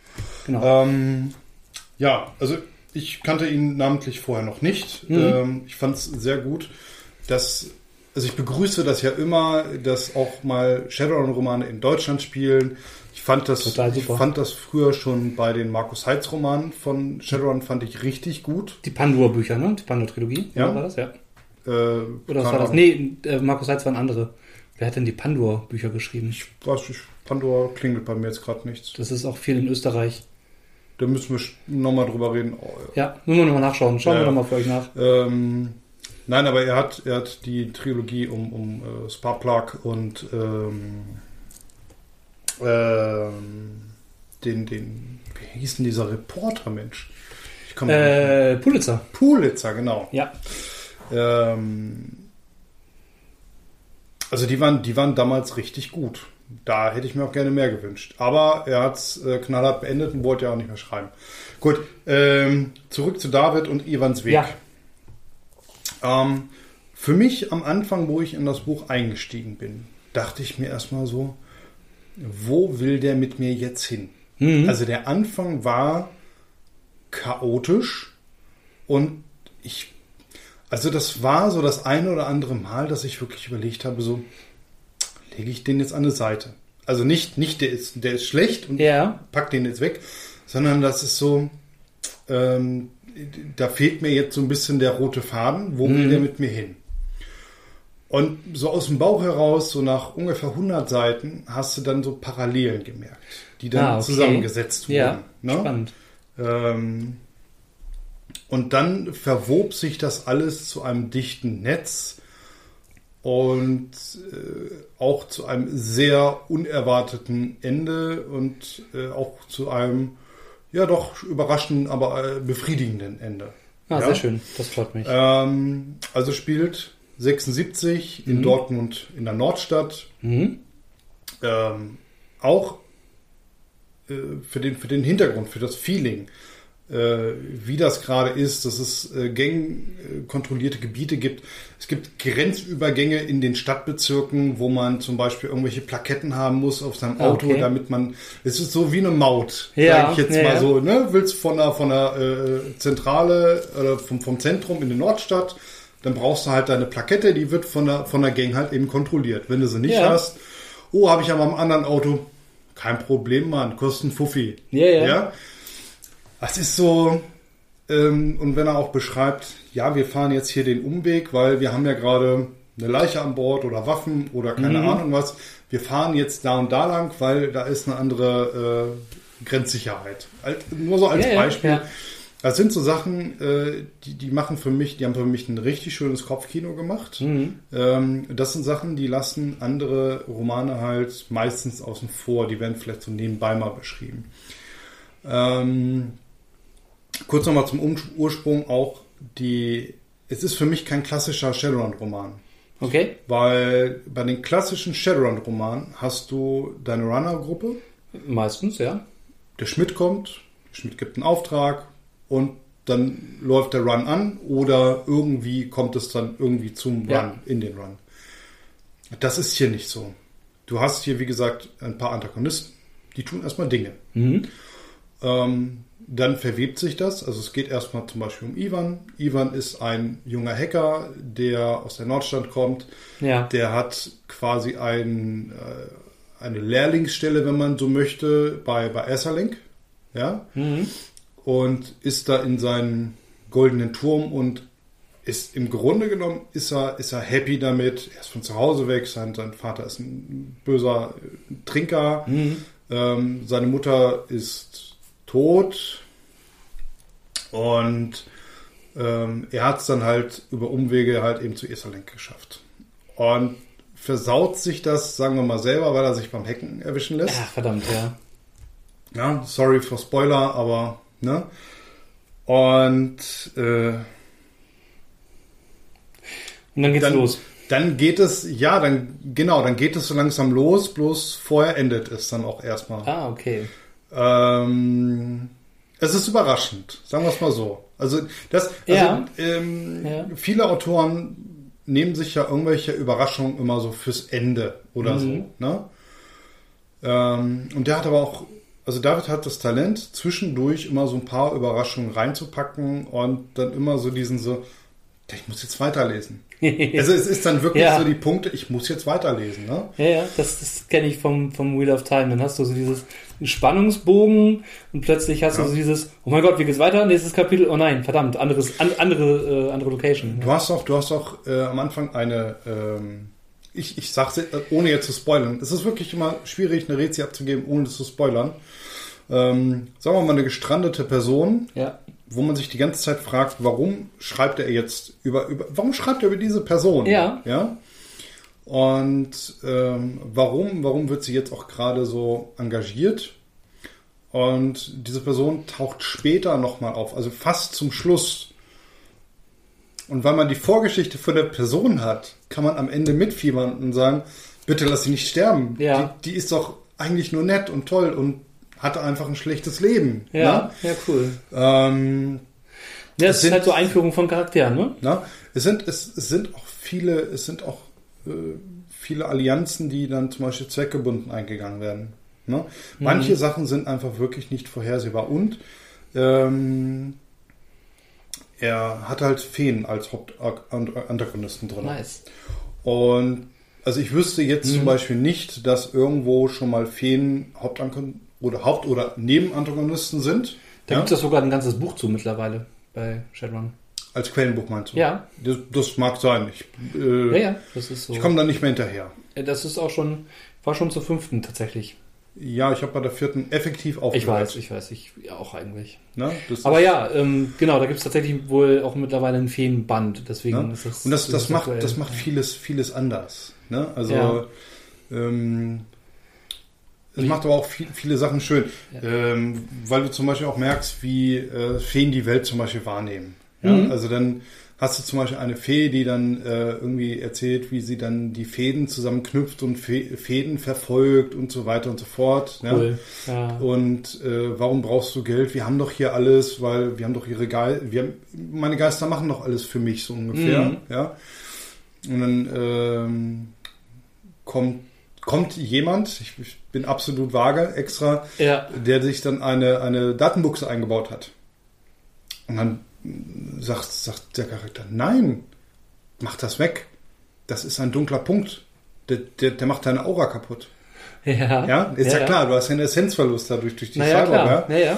genau. Ähm, ja, also ich kannte ihn namentlich vorher noch nicht. Mhm. Ähm, ich fand es sehr gut, dass, also ich begrüße das ja immer, dass auch mal Shadowrun-Romane in Deutschland spielen. Ich fand das, Total ich super. fand das früher schon bei den Markus Heitz Romanen von Shadowrun fand ich richtig gut. Die Pandur-Bücher, ne? Die Pandur-Trilogie. Ja. Oder war das? Ja. Äh, Oder was keine war das? Ahnung. Nee, äh, Markus Seitz waren andere. Wer hat denn die Pandur-Bücher geschrieben? Ich weiß nicht, Pandora klingelt bei mir jetzt gerade nichts. Das ist auch viel in Österreich. Da müssen wir nochmal drüber reden. Oh, Ja, müssen wir nochmal nachschauen. Schauen Ja. wir nochmal für euch nach. Ähm, nein, aber er hat, er hat die Trilogie um, um äh, Sparplug und ähm, ähm, den, den, wie hieß denn dieser Reporter, Mensch? Ich komme Äh, Pulitzer. Pulitzer, genau. Ja. Ähm, also die waren, die waren damals richtig gut. Da hätte ich mir auch gerne mehr gewünscht. Aber er hat es äh, knallhart beendet und wollte ja auch nicht mehr schreiben. Gut, ähm, zurück zu David und Ivans Weg. Ja. Ähm, für mich am Anfang, wo ich in das Buch eingestiegen bin, dachte ich mir erstmal so, wo will der mit mir jetzt hin? Mhm. Also der Anfang war chaotisch und ich, also das war so das eine oder andere Mal, dass ich wirklich überlegt habe, so, lege ich den jetzt an eine Seite. Also nicht, nicht der ist, der ist schlecht und Ja. pack den jetzt weg, sondern das ist so, ähm, da fehlt mir jetzt so ein bisschen der rote Faden, wo will Mhm. der mit mir hin? Und so aus dem Bauch heraus, so nach ungefähr hundert Seiten, hast du dann so Parallelen gemerkt, die dann Ah, okay. zusammengesetzt wurden. Ja, ne? spannend. Ähm, und dann verwob sich das alles zu einem dichten Netz und äh, auch zu einem sehr unerwarteten Ende und äh, auch zu einem, ja doch, überraschenden, aber äh, befriedigenden Ende. Ah, ja? sehr schön. Das freut mich. Ähm, also spielt sechsundsiebzig in Mhm. Dortmund in der Nordstadt. Mhm. Ähm, auch äh, für, den, für den Hintergrund, für das Feeling, äh, wie das gerade ist, dass es äh, gangkontrollierte Gebiete gibt. Es gibt Grenzübergänge in den Stadtbezirken, wo man zum Beispiel irgendwelche Plaketten haben muss auf seinem Auto, Okay. damit man, es ist so wie eine Maut, Ja, sage ich jetzt ja, mal ja. so, ne? Willst von der, von der äh, Zentrale oder vom, vom Zentrum in die Nordstadt, dann brauchst du halt deine Plakette, die wird von der, von der Gang halt eben kontrolliert. Wenn du sie nicht Ja. hast, oh, habe ich aber am anderen Auto, kein Problem, Mann, kostet ein Fuffi. Ja, ja. ja? Das ist so, Ähm, und wenn er auch beschreibt, ja, wir fahren jetzt hier den Umweg, weil wir haben ja gerade eine Leiche an Bord oder Waffen oder keine Mhm. Ahnung was. Wir fahren jetzt da und da lang, weil da ist eine andere äh, Grenzsicherheit. Halt, nur so als Ja, ja, Beispiel. ja. Das sind so Sachen, äh, die, die machen für mich, die haben für mich ein richtig schönes Kopfkino gemacht. Mhm. Ähm, das sind Sachen, die lassen andere Romane halt meistens außen vor. Die werden vielleicht so nebenbei mal beschrieben. Ähm, kurz nochmal zum um Ursprung auch die, es ist für mich kein klassischer Shadowrun-Roman. Okay. Weil bei den klassischen Shadowrun-Romanen hast du deine Runner-Gruppe. Meistens, ja. Der Schmidt kommt, der Schmidt gibt einen Auftrag und dann läuft der Run an oder irgendwie kommt es dann irgendwie zum Run, Ja. in den Run. Das ist hier nicht so. Du hast hier, wie gesagt, ein paar Antagonisten, die tun erstmal Dinge. Mhm. Ähm, dann verwebt sich das. Also es geht erstmal zum Beispiel um Ivan. Ivan ist ein junger Hacker, der aus der Nordstadt kommt. Ja. Der hat quasi ein, äh, eine Lehrlingsstelle, wenn man so möchte, bei, bei Esserlink. Ja. Mhm. Und ist da in seinen goldenen Turm und ist im Grunde genommen ist er, ist er happy damit. Er ist von zu Hause weg. Sein, sein Vater ist ein böser Trinker. Mhm. Ähm, seine Mutter ist tot und ähm, er hat es dann halt über Umwege halt eben zu Esserlink geschafft. Und versaut sich das, sagen wir mal selber, weil er sich beim Hacken erwischen lässt. Ach, verdammt, ja. Ja, sorry for Spoiler, aber ne? Und äh, Und dann geht's dann, los. Dann geht es, ja, dann genau, dann geht es so langsam los, bloß vorher endet es dann auch erstmal. Ah, okay. Ähm, es ist überraschend, sagen wir es mal so. Also, das, also Ja. ähm, Ja. viele Autoren nehmen sich ja irgendwelche Überraschungen immer so fürs Ende oder Mhm. so. Ne? Ähm, und der hat aber auch, also David hat das Talent, zwischendurch immer so ein paar Überraschungen reinzupacken und dann immer so diesen so, ich muss jetzt weiterlesen. Also es ist dann wirklich Ja. so die Punkte, ich muss jetzt weiterlesen. Ne? Ja, ja, das, das kenne ich vom, vom Wheel of Time. Dann hast du so dieses Spannungsbogen und plötzlich hast Ja. du so dieses, oh mein Gott, wie geht's weiter? Nächstes Kapitel, oh nein, verdammt, anderes, an, andere, äh, andere Location. Du hast auch, du hast auch äh, am Anfang eine, ähm, ich, ich sag's äh, ohne jetzt zu spoilern, es ist wirklich immer schwierig, eine Rätsel abzugeben, ohne es zu spoilern. Ähm, sagen wir mal, eine gestrandete Person, Ja. wo man sich die ganze Zeit fragt, warum schreibt er jetzt über, über warum schreibt er über diese Person? Ja. Ja? Und ähm, warum, warum wird sie jetzt auch gerade so engagiert? Und diese Person taucht später nochmal auf, also fast zum Schluss. Und weil man die Vorgeschichte von der Person hat, kann man am Ende mitfiebern und sagen, bitte lass sie nicht sterben. Ja. Die, die ist doch eigentlich nur nett und toll und hatte einfach ein schlechtes Leben. Ja, ja, cool. Ne? Ähm, Ja, Es es ist sind- halt so Einführung von Charakteren, ne? na, es sind, es, es sind auch viele, es sind auch äh, viele Allianzen, die dann zum Beispiel zweckgebunden eingegangen werden. Ne? Manche Sachen sind einfach wirklich nicht vorhersehbar und ähm, er hat halt Feen als Hauptantagonisten drin. Nice. Und also ich wüsste jetzt Mhm. zum Beispiel nicht, dass irgendwo schon mal Feen Hauptankon oder Haupt- oder Nebenantagonisten sind. Da Ja? gibt es sogar ein ganzes Buch zu mittlerweile bei Shadowrun. Als Quellenbuch meinst du? Ja. Das, das mag sein. Ich, äh, Ja, ja, das ist so. ich komme da nicht mehr hinterher. Das ist auch schon, war schon zur fünften tatsächlich. Ja, ich habe bei der vierten effektiv aufgehört. Ich weiß, ich weiß, ich ja, auch eigentlich. Ne? Das Aber ist, ja, ähm, genau, da gibt es tatsächlich wohl auch mittlerweile einen Feenband. Deswegen ne? ist das. Und das, das, ist macht, aktuell. das macht vieles, vieles anders. Ne? Also Ja. ähm, es Und macht aber auch viel, viele Sachen schön. Ja. Ähm, weil du zum Beispiel auch merkst, wie äh, Feen die Welt zum Beispiel wahrnehmen. Ja? Mhm. Also dann hast du zum Beispiel eine Fee, die dann äh, irgendwie erzählt, wie sie dann die Fäden zusammenknüpft und Fe- Fäden verfolgt und so weiter und so fort. Cool. Ja. Und äh, warum brauchst du Geld? Wir haben doch hier alles, weil wir haben doch ihre Geister, wir haben, meine Geister machen doch alles für mich, so ungefähr. Mhm. Ja. Und dann ähm, kommt, kommt jemand, ich, ich bin absolut vage, extra, Ja. der sich dann eine, eine Datenbuchse eingebaut hat. Und dann sagt, sagt der Charakter, nein, mach das weg. Das ist ein dunkler Punkt. Der, der, der macht deine Aura kaputt. Ja. Ja, ist ja, klar, du hast ja einen Essenzverlust dadurch durch die Naja, Cyber. klar. Ja? Ja, ja.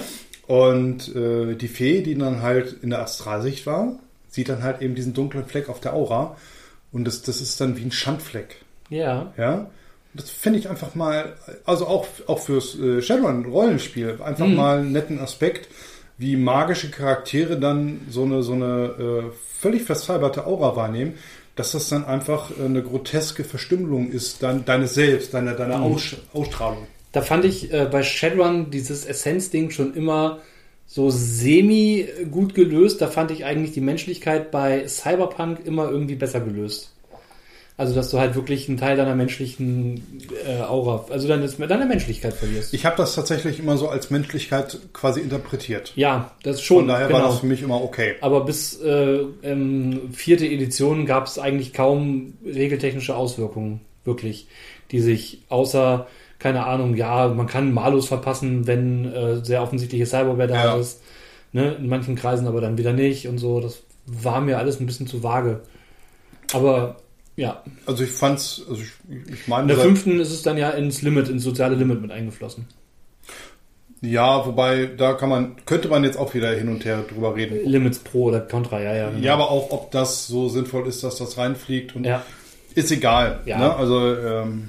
Und äh, die Fee, die dann halt in der Astralsicht war, sieht dann halt eben diesen dunklen Fleck auf der Aura. Und das, das ist dann wie ein Schandfleck. Ja. Ja. Das finde ich einfach mal, also auch, auch fürs äh, Shadowrun-Rollenspiel, einfach Mhm. mal einen netten Aspekt, wie magische Charaktere dann so eine, so eine äh, völlig verzauberte Aura wahrnehmen, dass das dann einfach äh, eine groteske Verstümmelung ist, dann deines Selbst, deiner, deiner Mhm. Aus, Ausstrahlung. Da fand ich äh, bei Shadowrun dieses Essenz-Ding schon immer so semi gut gelöst. Da fand ich eigentlich die Menschlichkeit bei Cyberpunk immer irgendwie besser gelöst. Also, dass du halt wirklich einen Teil deiner menschlichen äh, Aura, also deine, deine Menschlichkeit verlierst. Ich habe das tatsächlich immer so als Menschlichkeit quasi interpretiert. Ja, das schon. Von daher genau. war das für mich immer okay. Aber bis äh, ähm, vierte Edition gab es eigentlich kaum regeltechnische Auswirkungen, wirklich, die sich außer, keine Ahnung, ja, man kann Malus verpassen, wenn äh, sehr offensichtliche Cyberware da Ja. ist. Ne? In manchen Kreisen aber dann wieder nicht und so. Das war mir alles ein bisschen zu vage. Aber ja, Also ich fand's, also ich, ich meine... in der seit- fünften ist es dann ja ins Limit, ins soziale Limit mit eingeflossen. Ja, wobei, da kann man, könnte man jetzt auch wieder hin und her drüber reden. Limits Pro oder Contra, ja, ja. Genau. Ja, aber auch, ob das so sinnvoll ist, dass das reinfliegt. Und Ja. ist egal. Ja. Ne? Also, ähm,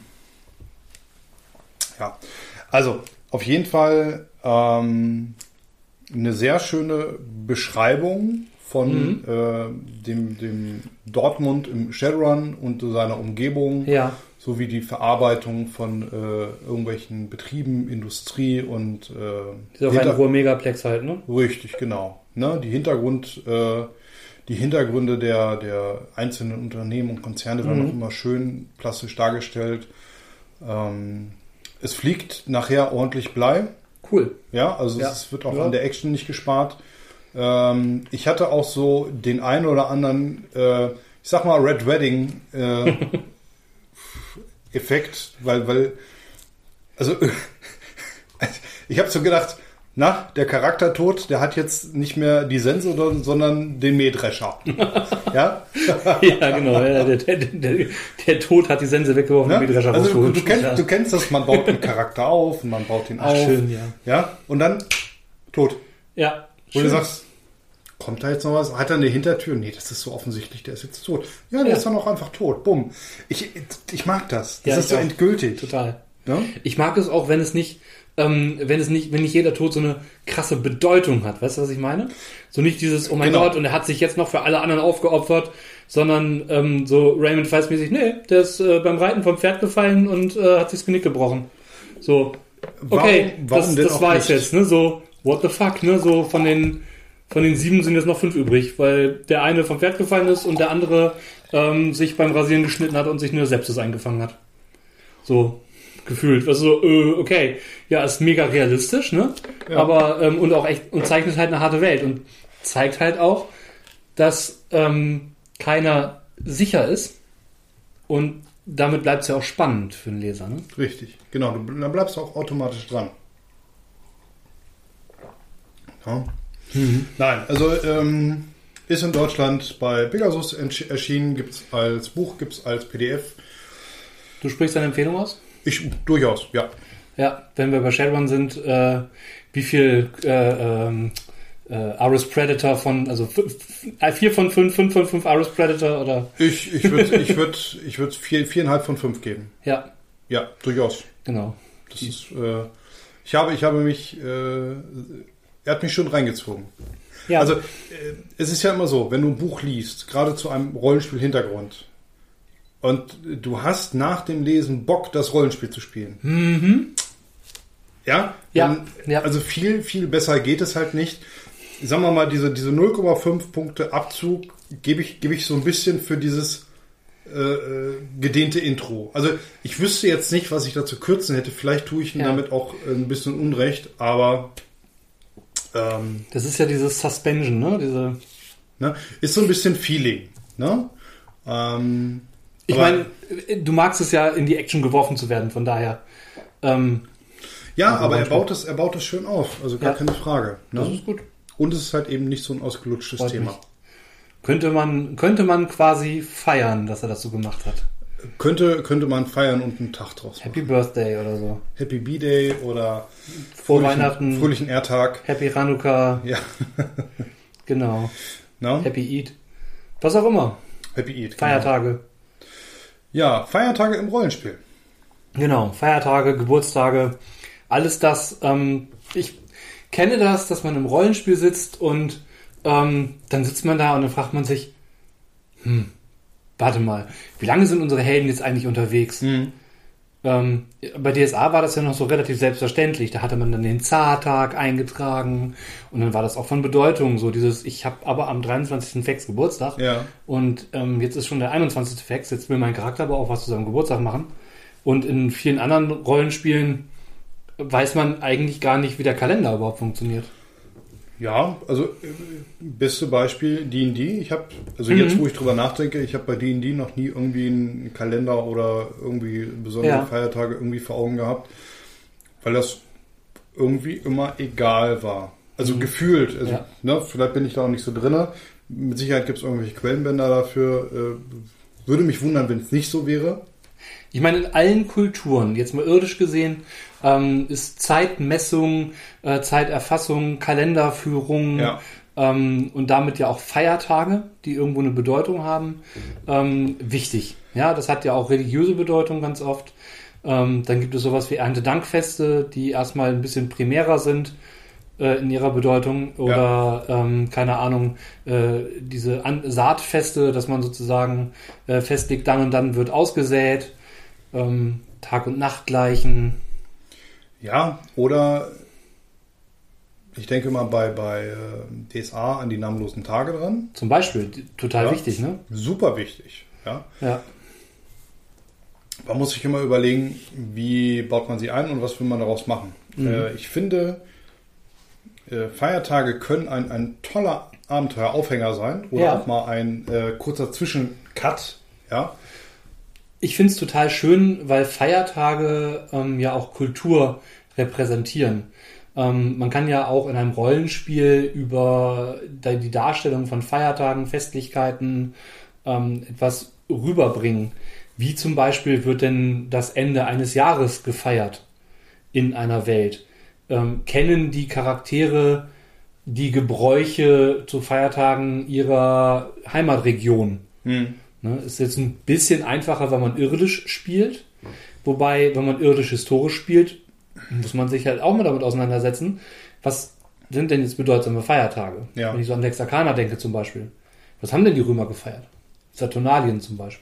ja. Also, auf jeden Fall ähm, eine sehr schöne Beschreibung von Mhm. äh, dem, dem Dortmund im Shadowrun und seiner Umgebung, Ja, sowie die Verarbeitung von äh, irgendwelchen Betrieben, Industrie und äh, ist auch ein Hinter- hoher Megaplex halt, ne? Richtig, genau. Ne, die Hintergrund, äh, die Hintergründe der, der einzelnen Unternehmen und Konzerne werden Mhm. auch immer schön plastisch dargestellt. Ähm, es fliegt nachher ordentlich Blei. Cool. Ja, also Ja. es wird auch Ja. an der Action nicht gespart. Ähm, ich hatte auch so den einen oder anderen, äh, ich sag mal Red Wedding äh, Effekt, weil, weil, also ich habe so gedacht, na, der Charaktertod, der hat jetzt nicht mehr die Sense, sondern- sondern den Mähdrescher. Ja? Ja, genau. Ja, der, der, der, der Tod hat die Sense weggeworfen Ne? und Mähdrescher Also du, rausgeholt. du, kennst, Ja. du kennst das, man baut einen Charakter auf und man baut ihn Ach, auf. schön, ja. Ja, und dann tot. Ja, Wo schön. du sagst, kommt da jetzt noch was? Hat er eine Hintertür? Nee, das ist so offensichtlich, der ist jetzt tot. Ja, der Ja. ist dann auch einfach tot. Bumm. Ich, ich mag das. Das Ja, ist ich so auch. endgültig. Total. Ne? Ich mag es auch, wenn es nicht, ähm, wenn es nicht, wenn nicht jeder Tod so eine krasse Bedeutung hat. Weißt du, was ich meine? So nicht dieses, oh mein Genau. Gott, und er hat sich jetzt noch für alle anderen aufgeopfert, sondern ähm, so Raymond Weiss-mäßig, nee, der ist äh, beim Reiten vom Pferd gefallen und äh, hat sich das Genick gebrochen. So, okay, Warum- warum das, denn das auch war es nicht? jetzt, ne? So, what the fuck, ne? So von den von den sieben sind jetzt noch fünf übrig, weil der eine vom Pferd gefallen ist und der andere ähm, sich beim Rasieren geschnitten hat und sich eine Sepsis eingefangen hat. So gefühlt. Also äh, okay, ja, ist mega realistisch, ne? Ja. Aber ähm, und auch echt und zeichnet halt eine harte Welt und zeigt halt auch, dass ähm, keiner sicher ist und damit bleibt es ja auch spannend für den Leser, ne? Richtig, genau. Du, dann bleibst du auch automatisch dran. Ja. Nein, also ähm, ist in Deutschland bei Pegasus entsch- erschienen, gibt es als Buch, gibt es als P D F. Du sprichst deine Empfehlung aus? Ich durchaus, ja. Ja, wenn wir bei Shadowrun sind, äh, wie viel äh, ähm, äh, Ares Predator von, also vier von fünf, fünf von fünf Ares Predator oder? Ich, ich würde ich würd, ich würd vier, viereinhalb von fünf geben. Ja, Ja, durchaus. genau. Das ist, äh, ich habe, ich habe mich, äh, er hat mich schon reingezogen. Ja, Also äh, es ist ja immer so, wenn du ein Buch liest, gerade zu einem Rollenspiel-Hintergrund, und du hast nach dem Lesen Bock, das Rollenspiel zu spielen. mhm. Ja? Ja, Dann, ja. Also viel, viel besser geht es halt nicht. Sagen wir mal, diese, diese null Komma fünf Punkte Abzug gebe ich, gebe ich so ein bisschen für dieses äh, äh, gedehnte Intro. Also ich wüsste jetzt nicht, was ich dazu kürzen hätte. Vielleicht tue ich ihm Ja. damit auch ein bisschen Unrecht, aber ähm, Das ist ja dieses Suspension, ne? Diese, ne, ist so ein bisschen Feeling. Ne? Ähm, ich aber- meine, du magst es ja, in die Action geworfen zu werden, von daher. Ähm, Ja, Also aber er manchmal- baut es, er baut es schön auf. Also gar Ja. keine Frage. das Ne? ist gut. Und es ist halt eben nicht so ein ausgelutschtes Freut Thema. mich. Könnte man, könnte man quasi feiern, dass er das so gemacht hat. Könnte, könnte man feiern und einen Tag draus machen. Happy Birthday oder so. Happy B-Day oder Frohe fröhlichen, Weihnachten. fröhlichen Erdtag. Happy Chanukka. Ja. Genau. No? Happy Eid. Was auch immer. Happy Eid. Feiertage. Genau. Ja, Feiertage im Rollenspiel. Genau, Feiertage, Geburtstage, alles das. Ähm, ich kenne das, dass man im Rollenspiel sitzt und ähm, dann sitzt man da und dann fragt man sich, hm, warte mal, wie lange sind unsere Helden jetzt eigentlich unterwegs? Mhm. Ähm, bei D S A war das ja noch so relativ selbstverständlich. Da hatte man dann den Zartag eingetragen und dann war das auch von Bedeutung. So dieses, ich habe aber am dreiundzwanzigsten Fex Geburtstag Ja. und ähm, jetzt ist schon der einundzwanzigste Fex, jetzt will mein Charakter aber auch was zu seinem Geburtstag machen. Und in vielen anderen Rollenspielen weiß man eigentlich gar nicht, wie der Kalender überhaupt funktioniert. Ja, also äh, beste Beispiel D und D. Ich habe, also Mhm. jetzt, wo ich drüber nachdenke, ich habe bei D und D noch nie irgendwie einen Kalender oder irgendwie besondere Ja. Feiertage irgendwie vor Augen gehabt, weil das irgendwie immer egal war. Also Mhm. gefühlt. Also, Ja. ne, vielleicht bin ich da auch nicht so drinne. Mit Sicherheit gibt es irgendwelche Quellenbänder dafür. Äh, würde mich wundern, wenn es nicht so wäre. Ich meine, in allen Kulturen, jetzt mal irdisch gesehen, ähm, ist Zeitmessung, äh, Zeiterfassung, Kalenderführung Ja. ähm, und damit ja auch Feiertage, die irgendwo eine Bedeutung haben, ähm, wichtig. Ja, das hat ja auch religiöse Bedeutung ganz oft. Ähm, dann gibt es sowas wie Erntedankfeste, die erstmal ein bisschen primärer sind äh, in ihrer Bedeutung. Oder, ähm, keine Ahnung, äh, diese An- Saatfeste, dass man sozusagen äh, festlegt, dann und dann wird ausgesät. Ähm, Tag- und Nachtgleichen. Ja, oder ich denke mal bei, bei äh, D S A an die namenlosen Tage dran. Zum Beispiel, die- total Ja. wichtig, ne? Super wichtig. Ja. Ja. Man muss sich immer überlegen, wie baut man sie ein und was will man daraus machen. Mhm. Äh, ich finde, äh, Feiertage können ein, ein toller Abenteueraufhänger sein oder Ja. auch mal ein äh, kurzer Zwischencut. Ja. Ich finde es total schön, weil Feiertage ähm, ja auch Kultur repräsentieren. Ähm, man kann ja auch in einem Rollenspiel über die Darstellung von Feiertagen, Festlichkeiten ähm, etwas rüberbringen. Wie zum Beispiel wird denn das Ende eines Jahres gefeiert in einer Welt? Ähm, kennen die Charaktere die Gebräuche zu Feiertagen ihrer Heimatregion? Hm. Ne, ist jetzt ein bisschen einfacher, wenn man irdisch spielt. Wobei, wenn man irdisch historisch spielt, muss man sich halt auch mal damit auseinandersetzen. Was sind denn jetzt bedeutsame Feiertage? Ja. Wenn ich so an Lexicana denke zum Beispiel. Was haben denn die Römer gefeiert? Saturnalien zum Beispiel.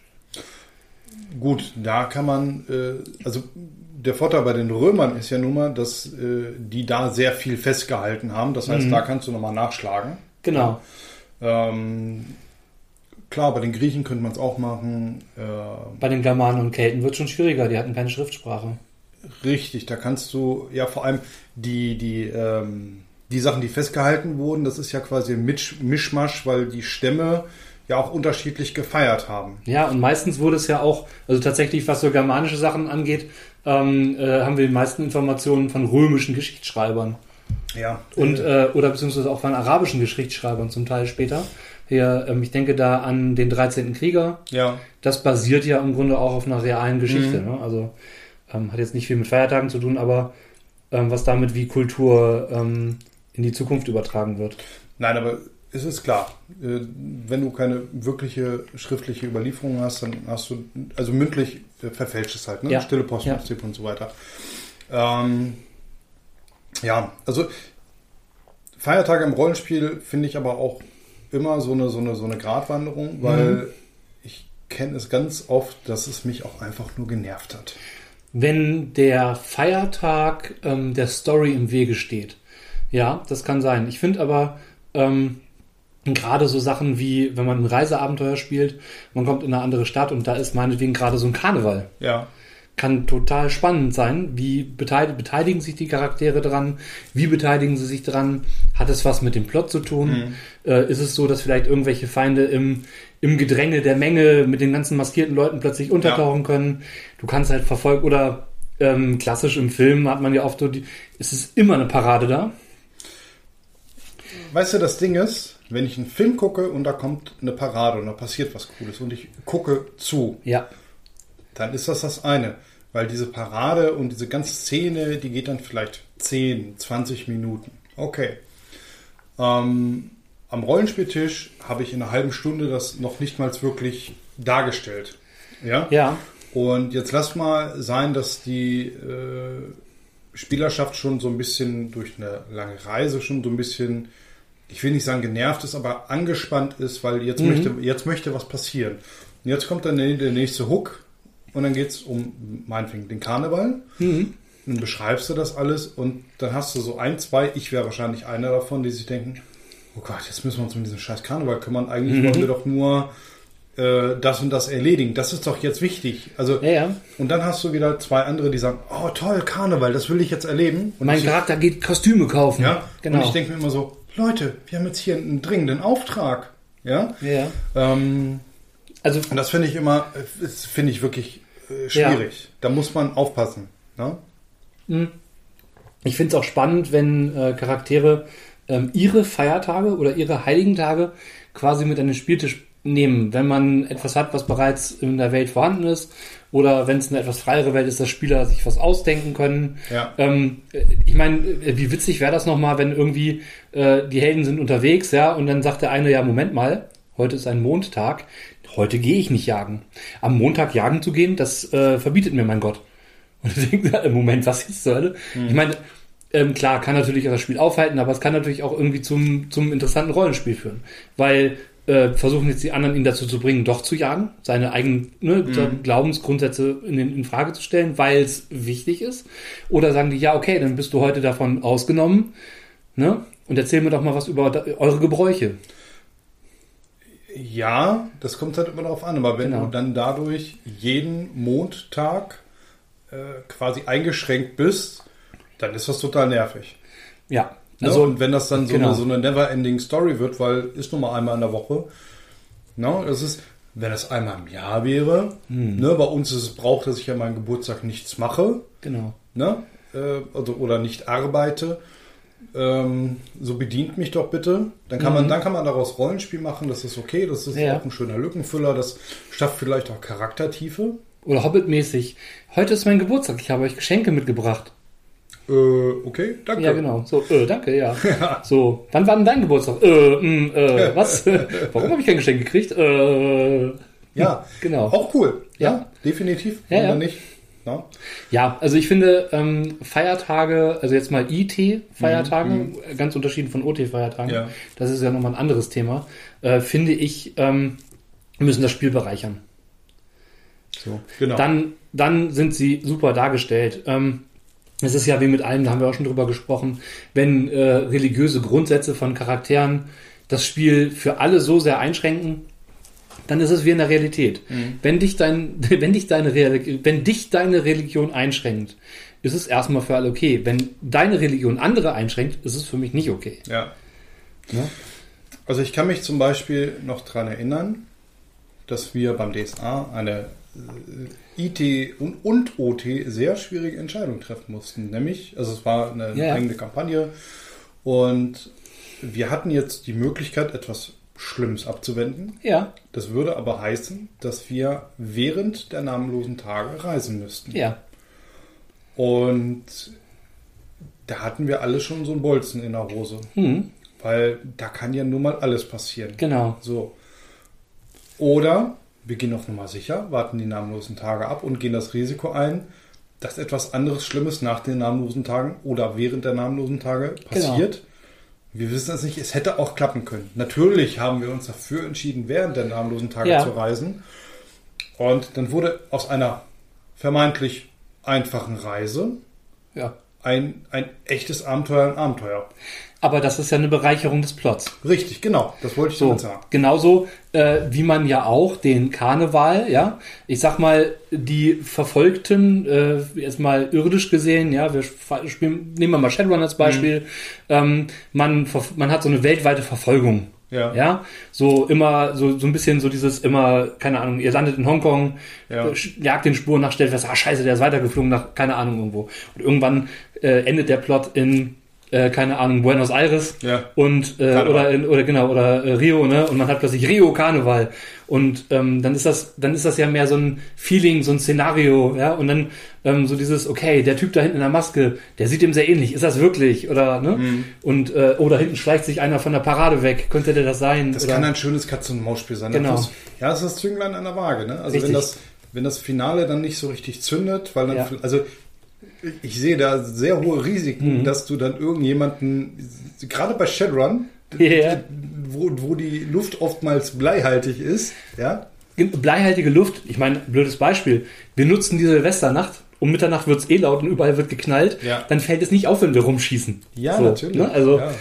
Gut, da kann man, äh, also der Vorteil bei den Römern ist ja nun mal, dass äh, die da sehr viel festgehalten haben. Das heißt, Mhm. da kannst du nochmal nachschlagen. Genau. Ähm, klar, bei den Griechen könnte man es auch machen. Äh, Bei den Germanen und Kelten wird es schon schwieriger. Die hatten keine Schriftsprache. richtig, da kannst du, ja vor allem die, die, ähm, die Sachen, die festgehalten wurden, das ist ja quasi ein Misch, Mischmasch, weil die Stämme ja auch unterschiedlich gefeiert haben. Ja, und meistens wurde es ja auch, also tatsächlich, was so germanische Sachen angeht, ähm, äh, haben wir die meisten Informationen von römischen Geschichtsschreibern. Ja. Und, äh, oder beziehungsweise auch von arabischen Geschichtsschreibern zum Teil später. Hier, ähm, ich denke da an den dreizehnten Krieger. ja. Das basiert ja im Grunde auch auf einer realen Geschichte. Mhm. Ne? Also ähm, hat jetzt nicht viel mit Feiertagen zu tun, aber ähm, was damit wie Kultur ähm, in die Zukunft übertragen wird. Nein, aber es ist klar, äh, wenn du keine wirkliche schriftliche Überlieferung hast, dann hast du, also mündlich äh, verfälscht es halt, ne? Ja. Stille Postprinzip und so weiter. Ähm, ja, also Feiertage im Rollenspiel finde ich aber auch immer so eine, so eine, so eine Gratwanderung, weil Mhm. ich kenne es ganz oft, dass es mich auch einfach nur genervt hat. Wenn der Feiertag ähm, der Story im Wege steht. Ja, das kann sein. Ich finde aber ähm, gerade so Sachen wie, wenn man ein Reiseabenteuer spielt, man kommt in eine andere Stadt und da ist meinetwegen gerade so ein Karneval. Ja. Kann total spannend sein. Wie beteilig, beteiligen sich die Charaktere dran? Wie beteiligen sie sich dran? Hat es was mit dem Plot zu tun? Mhm. Äh, ist es so, dass vielleicht irgendwelche Feinde im, im Gedränge der Menge mit den ganzen maskierten Leuten plötzlich untertauchen Ja. können? Du kannst halt verfolgen, oder ähm, klassisch im Film hat man ja oft so, die, es ist immer eine Parade da. Weißt du, das Ding ist, wenn ich einen Film gucke und da kommt eine Parade und da passiert was Cooles und ich gucke zu, Ja. dann ist das das eine. Weil diese Parade und diese ganze Szene, die geht dann vielleicht zehn, zwanzig Minuten. Okay. Ähm, am Rollenspieltisch habe ich in einer halben Stunde das noch nicht mal wirklich dargestellt. Ja? Ja. Und jetzt lass mal sein, dass die äh, Spielerschaft schon so ein bisschen durch eine lange Reise schon so ein bisschen, ich will nicht sagen genervt ist, aber angespannt ist, weil jetzt, mhm. möchte, jetzt möchte was passieren. Und jetzt kommt dann der, der nächste Hook. Und dann geht es um, meinetwegen, den Karneval. Mhm. Dann beschreibst du das alles und dann hast du so ein, zwei, ich wäre wahrscheinlich einer davon, die sich denken, oh Gott, jetzt müssen wir uns um diesen scheiß Karneval kümmern. Eigentlich mhm. wollen wir doch nur äh, das und das erledigen. Das ist doch jetzt wichtig. Also, ja, ja. Und dann hast du wieder zwei andere, die sagen, oh toll, Karneval, das will ich jetzt erleben. Und mein ich, Charakter geht Kostüme kaufen. Ja, genau. Und ich denke mir immer so, Leute, wir haben jetzt hier einen dringenden Auftrag. Ja, ja. Ähm, also, und das finde ich immer, das finde ich wirklich schwierig. Ja. Da muss man aufpassen. Ne? Ich finde es auch spannend, wenn äh, Charaktere ähm, ihre Feiertage oder ihre heiligen Tage quasi mit an den Spieltisch nehmen. Wenn man etwas hat, was bereits in der Welt vorhanden ist oder wenn es eine etwas freiere Welt ist, dass Spieler sich was ausdenken können. Ja. Ähm, ich meine, wie witzig wäre das nochmal, wenn irgendwie äh, die Helden sind unterwegs, ja, und dann sagt der eine, ja, Moment mal, heute ist ein Mondtag, heute gehe ich nicht jagen. Am Montag jagen zu gehen, das äh, verbietet mir mein Gott. Und ich denke, im Moment, was jetzt zur Hölle? Hm. Ich meine, ähm, klar, kann natürlich das Spiel aufhalten, aber es kann natürlich auch irgendwie zum, zum interessanten Rollenspiel führen. Weil äh, versuchen jetzt die anderen ihn dazu zu bringen, doch zu jagen, seine eigenen ne, hm. Glaubensgrundsätze in, in Frage zu stellen, weil es wichtig ist. Oder sagen die, ja, okay, dann bist du heute davon ausgenommen, ne? Und erzähl mir doch mal was über da, eure Gebräuche. Ja, das kommt halt immer darauf an, aber wenn genau. du dann dadurch jeden Montag äh, quasi eingeschränkt bist, dann ist das total nervig. Ja. Also no? Und wenn das dann so, genau. eine, so eine never-ending Story wird, weil ist nur mal einmal in der Woche, no? Das ist, wenn es einmal im Jahr wäre, hm. ne? Bei uns ist es braucht, dass ich an meinem Geburtstag nichts mache, genau. ne? äh, also, oder nicht arbeite. Ähm, so bedient mich doch bitte. Dann kann, mhm. man, dann kann man daraus Rollenspiel machen, das ist okay, das ist ja. auch ein schöner Lückenfüller, das schafft vielleicht auch Charaktertiefe. Oder Hobbit-mäßig. Heute ist mein Geburtstag, ich habe euch Geschenke mitgebracht. Äh, okay, danke. Ja, genau. So, äh, danke, ja. ja. So, wann war denn dein Geburtstag? Äh, mh, äh, was? Warum habe ich kein Geschenk gekriegt? Äh, ja, genau. Auch cool. Ja, ja definitiv. Ja, Oder ja. nicht? No? Ja, also ich finde ähm, Feiertage, also jetzt mal I T-Feiertage, mhm. ganz unterschieden von O T-Feiertagen, ja. das ist ja nochmal ein anderes Thema, äh, finde ich, ähm, müssen das Spiel bereichern. So. Genau. Dann, dann sind sie super dargestellt. Ähm, es ist ja wie mit allem, da haben wir auch schon drüber gesprochen, wenn äh, religiöse Grundsätze von Charakteren das Spiel für alle so sehr einschränken, dann ist es wie in der Realität. Mhm. Wenn dich dein, wenn dich deine Religion, wenn dich deine Religion einschränkt, ist es erstmal für alle okay. Wenn deine Religion andere einschränkt, ist es für mich nicht okay. Ja. Ja? Also ich kann mich zum Beispiel noch daran erinnern, dass wir beim D S A eine I T und, und O T sehr schwierige Entscheidung treffen mussten. Nämlich, also es war eine ja. eigene Kampagne und wir hatten jetzt die Möglichkeit, etwas Schlimmes abzuwenden. Ja. Das würde aber heißen, dass wir während der namenlosen Tage reisen müssten. Ja. Und da hatten wir alle schon so einen Bolzen in der Hose. Hm. Weil da kann ja nun mal alles passieren. Genau. So. Oder wir gehen auf Nummer sicher, warten die namenlosen Tage ab und gehen das Risiko ein, dass etwas anderes Schlimmes nach den namenlosen Tagen oder während der namenlosen Tage passiert. Genau. Wir wissen es nicht, es hätte auch klappen können. Natürlich haben wir uns dafür entschieden, während der namenlosen Tage ja. zu reisen. Und dann wurde aus einer vermeintlich einfachen Reise ja. ein, ein echtes Abenteuer, ein Abenteuer. Aber das ist ja eine Bereicherung des Plots. Richtig, genau. Das wollte ich so damit sagen. Genauso äh, wie man ja auch den Karneval, ja, ich sag mal, die Verfolgten, äh, jetzt mal irdisch gesehen, ja, wir spielen, nehmen wir mal Shadowrun als Beispiel, mhm. ähm, man, man hat so eine weltweite Verfolgung. Ja. ja, so immer, so, so ein bisschen so dieses immer, keine Ahnung, ihr landet in Hongkong, ja. jagt den Spuren nach, stellt fest, ah scheiße, der ist weitergeflogen nach, keine Ahnung, irgendwo. Und irgendwann äh, endet der Plot in äh, keine Ahnung, Buenos Aires Ja. und äh, oder in, oder genau oder äh, Rio, ne? Und man hat plötzlich Rio Karneval und ähm, dann ist das dann ist das ja mehr so ein Feeling, so ein Szenario, ja? Und dann ähm, so dieses okay, der Typ da hinten in der Maske, der sieht ihm sehr ähnlich, ist das wirklich oder ne? Mhm. Und äh, oder hinten schleicht sich einer von der Parade weg, könnte der das sein? Das oder? kann ein schönes Katz-und-Maus-Spiel sein. Genau. Das, ja, das ist das Zünglein an der Waage, ne? Also Richtig. wenn das wenn das Finale dann nicht so richtig zündet, weil dann Ja. also ich sehe da sehr hohe Risiken, Mhm. dass du dann irgendjemanden, gerade bei Shadowrun, Yeah. wo, wo die Luft oftmals bleihaltig ist, ja. Bleihaltige Luft, ich meine, blödes Beispiel. Wir nutzen die Silvesternacht, um Mitternacht wird es eh laut und überall wird geknallt. Ja. Dann fällt es nicht auf, wenn wir rumschießen. Ja, so, natürlich. Ne? Also, ja.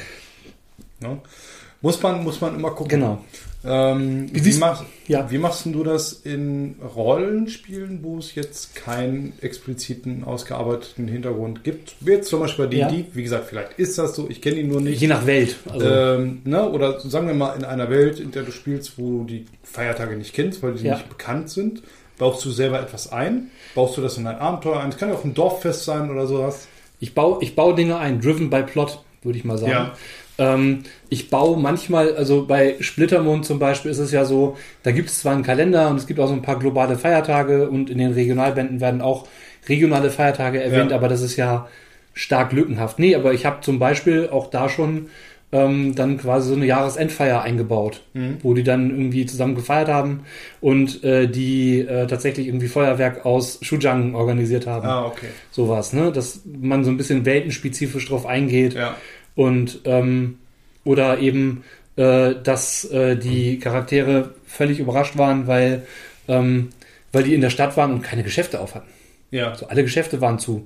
Ja. Muss man, muss man immer gucken. genau. Ähm, Wie wie, siehst- machst, ja. wie machst denn du das in Rollenspielen, wo es jetzt keinen expliziten, ausgearbeiteten Hintergrund gibt? Wie jetzt zum Beispiel bei D und D, Ja. wie gesagt, vielleicht ist das so, ich kenne ihn nur nicht. Je nach Welt. Also, Ähm, ne? Oder sagen wir mal in einer Welt, in der du spielst, wo du die Feiertage nicht kennst, weil die Ja. nicht bekannt sind. Baust du selber etwas ein? Baust du das in ein Abenteuer ein? Es kann ja auch ein Dorffest sein oder sowas. ich baue ich baue Dinge ein, driven by plot, würde ich mal sagen. Ja. Ähm, ich baue manchmal, also bei Splittermond zum Beispiel ist es ja so, da gibt es zwar einen Kalender und es gibt auch so ein paar globale Feiertage und in den Regionalbänden werden auch regionale Feiertage erwähnt, Ja. aber das ist ja stark lückenhaft. Nee, aber ich habe zum Beispiel auch da schon ähm, dann quasi so eine Jahresendfeier eingebaut, Mhm. wo die dann irgendwie zusammen gefeiert haben und äh, die äh, tatsächlich irgendwie Feuerwerk aus Shujang organisiert haben. Ah, okay. Sowas, ne? Dass man so ein bisschen weltenspezifisch drauf eingeht. Ja. Und ähm, oder eben, äh, dass äh, die Charaktere völlig überrascht waren, weil, ähm, weil die in der Stadt waren und keine Geschäfte auf hatten. Ja. So, alle Geschäfte waren zu.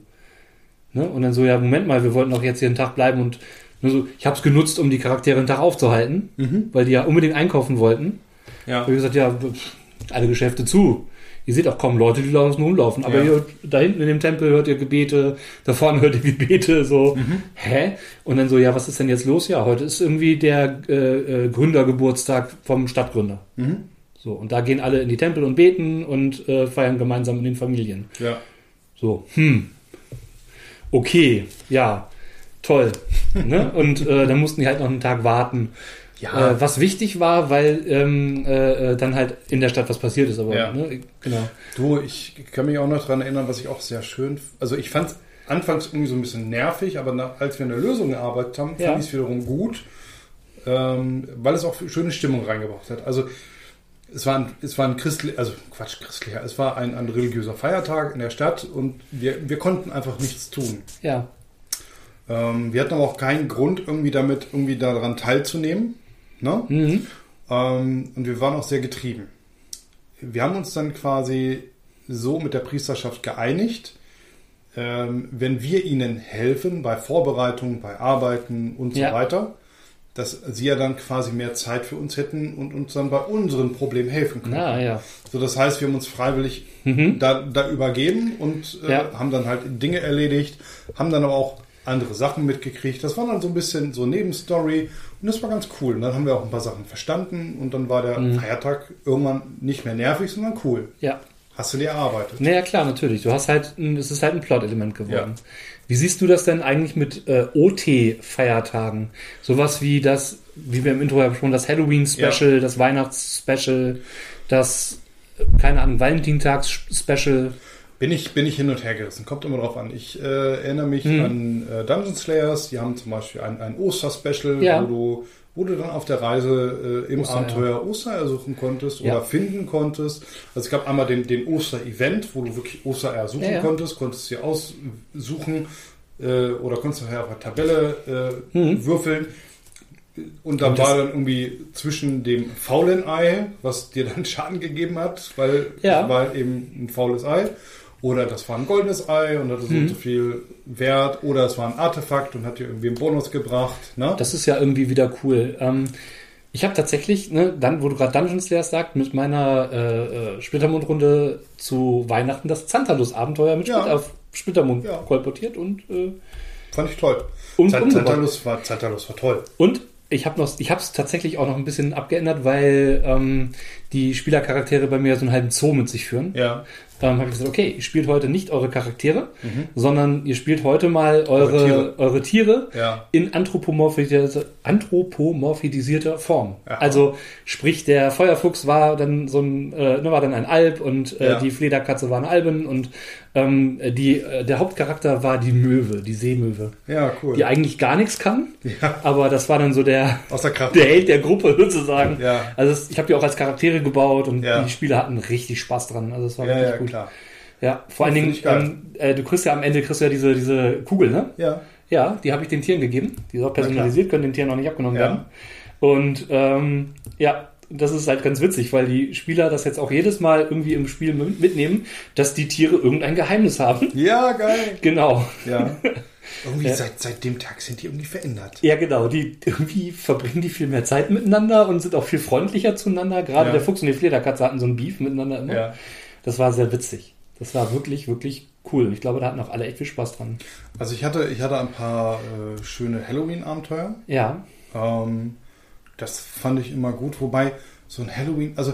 Ne? Und dann so, ja, Moment mal, wir wollten auch jetzt hier einen Tag bleiben und nur so, ich habe es genutzt, um die Charaktere einen Tag aufzuhalten, Mhm. weil die ja unbedingt einkaufen wollten. Ja. Und ich gesagt, ja, pff, alle Geschäfte zu. Ihr seht auch kaum Leute, die draußen rumlaufen. Aber Ja. hier, da hinten in dem Tempel hört ihr Gebete, da vorne hört ihr Gebete, so, Mhm. hä? Und dann so, ja, was ist denn jetzt los? Ja, heute ist irgendwie der äh, äh, Gründergeburtstag vom Stadtgründer. Mhm. So, und da gehen alle in die Tempel und beten und äh, feiern gemeinsam in den Familien. Ja. So, hm. Okay, ja, toll. ne? Und äh, dann mussten die halt noch einen Tag warten. Ja. Äh, was wichtig war, weil ähm, äh, dann halt in der Stadt was passiert ist. Aber Ja. ne, genau. Du, ich kann mich auch noch daran erinnern, was ich auch sehr schön, also ich fand es anfangs irgendwie so ein bisschen nervig, aber nach, als wir eine Lösung gearbeitet haben, Ja. fand ich es wiederum gut, ähm, weil es auch schöne Stimmung reingebracht hat. Also es war ein, es war ein christlicher, also Quatsch, christlicher, es war ein, ein religiöser Feiertag in der Stadt und wir, wir konnten einfach nichts tun. Ja, Ähm, wir hatten aber auch keinen Grund, irgendwie damit irgendwie daran teilzunehmen. Ne? mhm. Ähm, und wir waren auch sehr getrieben. Wir haben uns dann quasi so mit der Priesterschaft geeinigt, ähm, wenn wir ihnen helfen bei Vorbereitungen, bei Arbeiten und so Ja. weiter, dass sie ja dann quasi mehr Zeit für uns hätten und uns dann bei unseren Problemen helfen können. na ja. So, das heißt, wir haben uns freiwillig Mhm. da, da übergeben und äh, Ja. haben dann halt Dinge erledigt, haben dann aber auch andere Sachen mitgekriegt. Das war dann so ein bisschen so Nebenstory und das war ganz cool. Und dann haben wir auch ein paar Sachen verstanden und dann war der Mhm. Feiertag irgendwann nicht mehr nervig, sondern cool. Ja. Hast du dir erarbeitet. Naja, klar, natürlich. Du hast halt, ein- es ist halt ein Plot-Element geworden. Ja. Wie siehst du das denn eigentlich mit äh, O T-Feiertagen? Sowas wie das, wie wir im Intro ja schon, das Halloween-Special, das Weihnachts-Special, das, äh, keine Ahnung, Valentintags-Special. Bin ich, bin ich hin und her gerissen. Kommt immer drauf an. Ich äh, erinnere mich Mhm. an äh, Dungeon Slayers. Die haben zum Beispiel ein, ein Oster-Special, Ja. wo, du, wo du dann auf der Reise äh, im Ostereier. Abenteuer Ostereier suchen konntest Ja. oder finden konntest. Also es gab einmal den, den Oster-Event, wo du wirklich Ostereier suchen Ja, ja. konntest, konntest sie aussuchen äh, oder konntest nachher auf der Tabelle äh, Mhm. würfeln. Und da Und war das- dann irgendwie zwischen dem faulen Ei, was dir dann Schaden gegeben hat, weil Ja. es war eben ein faules Ei. Oder das war ein goldenes Ei und hatte so Mhm. und so viel Wert. Oder es war ein Artefakt und hat dir irgendwie einen Bonus gebracht. Ne? Das ist ja irgendwie wieder cool. Ähm, ich habe tatsächlich, ne, dann, wo du gerade Dungeon Slayers sagst, mit meiner äh, äh, Splittermond-Runde zu Weihnachten das Xantalus-Abenteuer mit Ja. Splitter, auf Splittermond Ja. kolportiert und äh, Fand ich toll. Und Zant- umgebaut. Zantalus war, Zantalus war toll. Und ich habe noch, ich habe es tatsächlich auch noch ein bisschen abgeändert, weil ähm, die Spielercharaktere bei mir so einen halben Zoo mit sich führen. Ja. Ähm, habe ich gesagt, okay, ihr spielt heute nicht eure Charaktere, mhm. sondern ihr spielt heute mal eure, eure Tiere, eure Tiere ja. in anthropomorphisierte, anthropomorphisierter Form. Aha. Also sprich, der Feuerfuchs war dann so ein, äh, war dann ein Alb und äh, ja. die Flederkatze war eine Albin und ähm, die, äh, der Hauptcharakter war die Möwe, die Seemöwe. Ja, cool. Die eigentlich gar nichts kann, ja. aber das war dann so der, Aus der, Kraft. der Held der Gruppe sozusagen. Ja. Also es, ich habe die auch als Charaktere gebaut und ja. die Spieler hatten richtig Spaß dran. Also es war ja, wirklich ja, gut. Klar. Ja, vor allen Dingen, ähm, äh, du kriegst ja am Ende kriegst du ja diese, diese Kugel, ne? Ja. Ja, die habe ich den Tieren gegeben. Die ist auch personalisiert, können den Tieren auch nicht abgenommen ja. werden. Und ähm, ja, das ist halt ganz witzig, weil die Spieler das jetzt auch jedes Mal irgendwie im Spiel mitnehmen, dass die Tiere irgendein Geheimnis haben. Ja, geil. Genau. Ja. Irgendwie ja. seit, seit dem Tag sind die irgendwie verändert. Ja, genau. Die irgendwie verbringen die viel mehr Zeit miteinander und sind auch viel freundlicher zueinander. Gerade ja. der Fuchs und die Flederkatze hatten so ein Beef miteinander immer. Ja. Das war sehr witzig. Das war wirklich, wirklich cool. Ich glaube, da hatten auch alle echt viel Spaß dran. Also ich hatte, ich hatte ein paar äh, schöne Halloween-Abenteuer. Ja. Ähm, das fand ich immer gut. Wobei so ein Halloween, also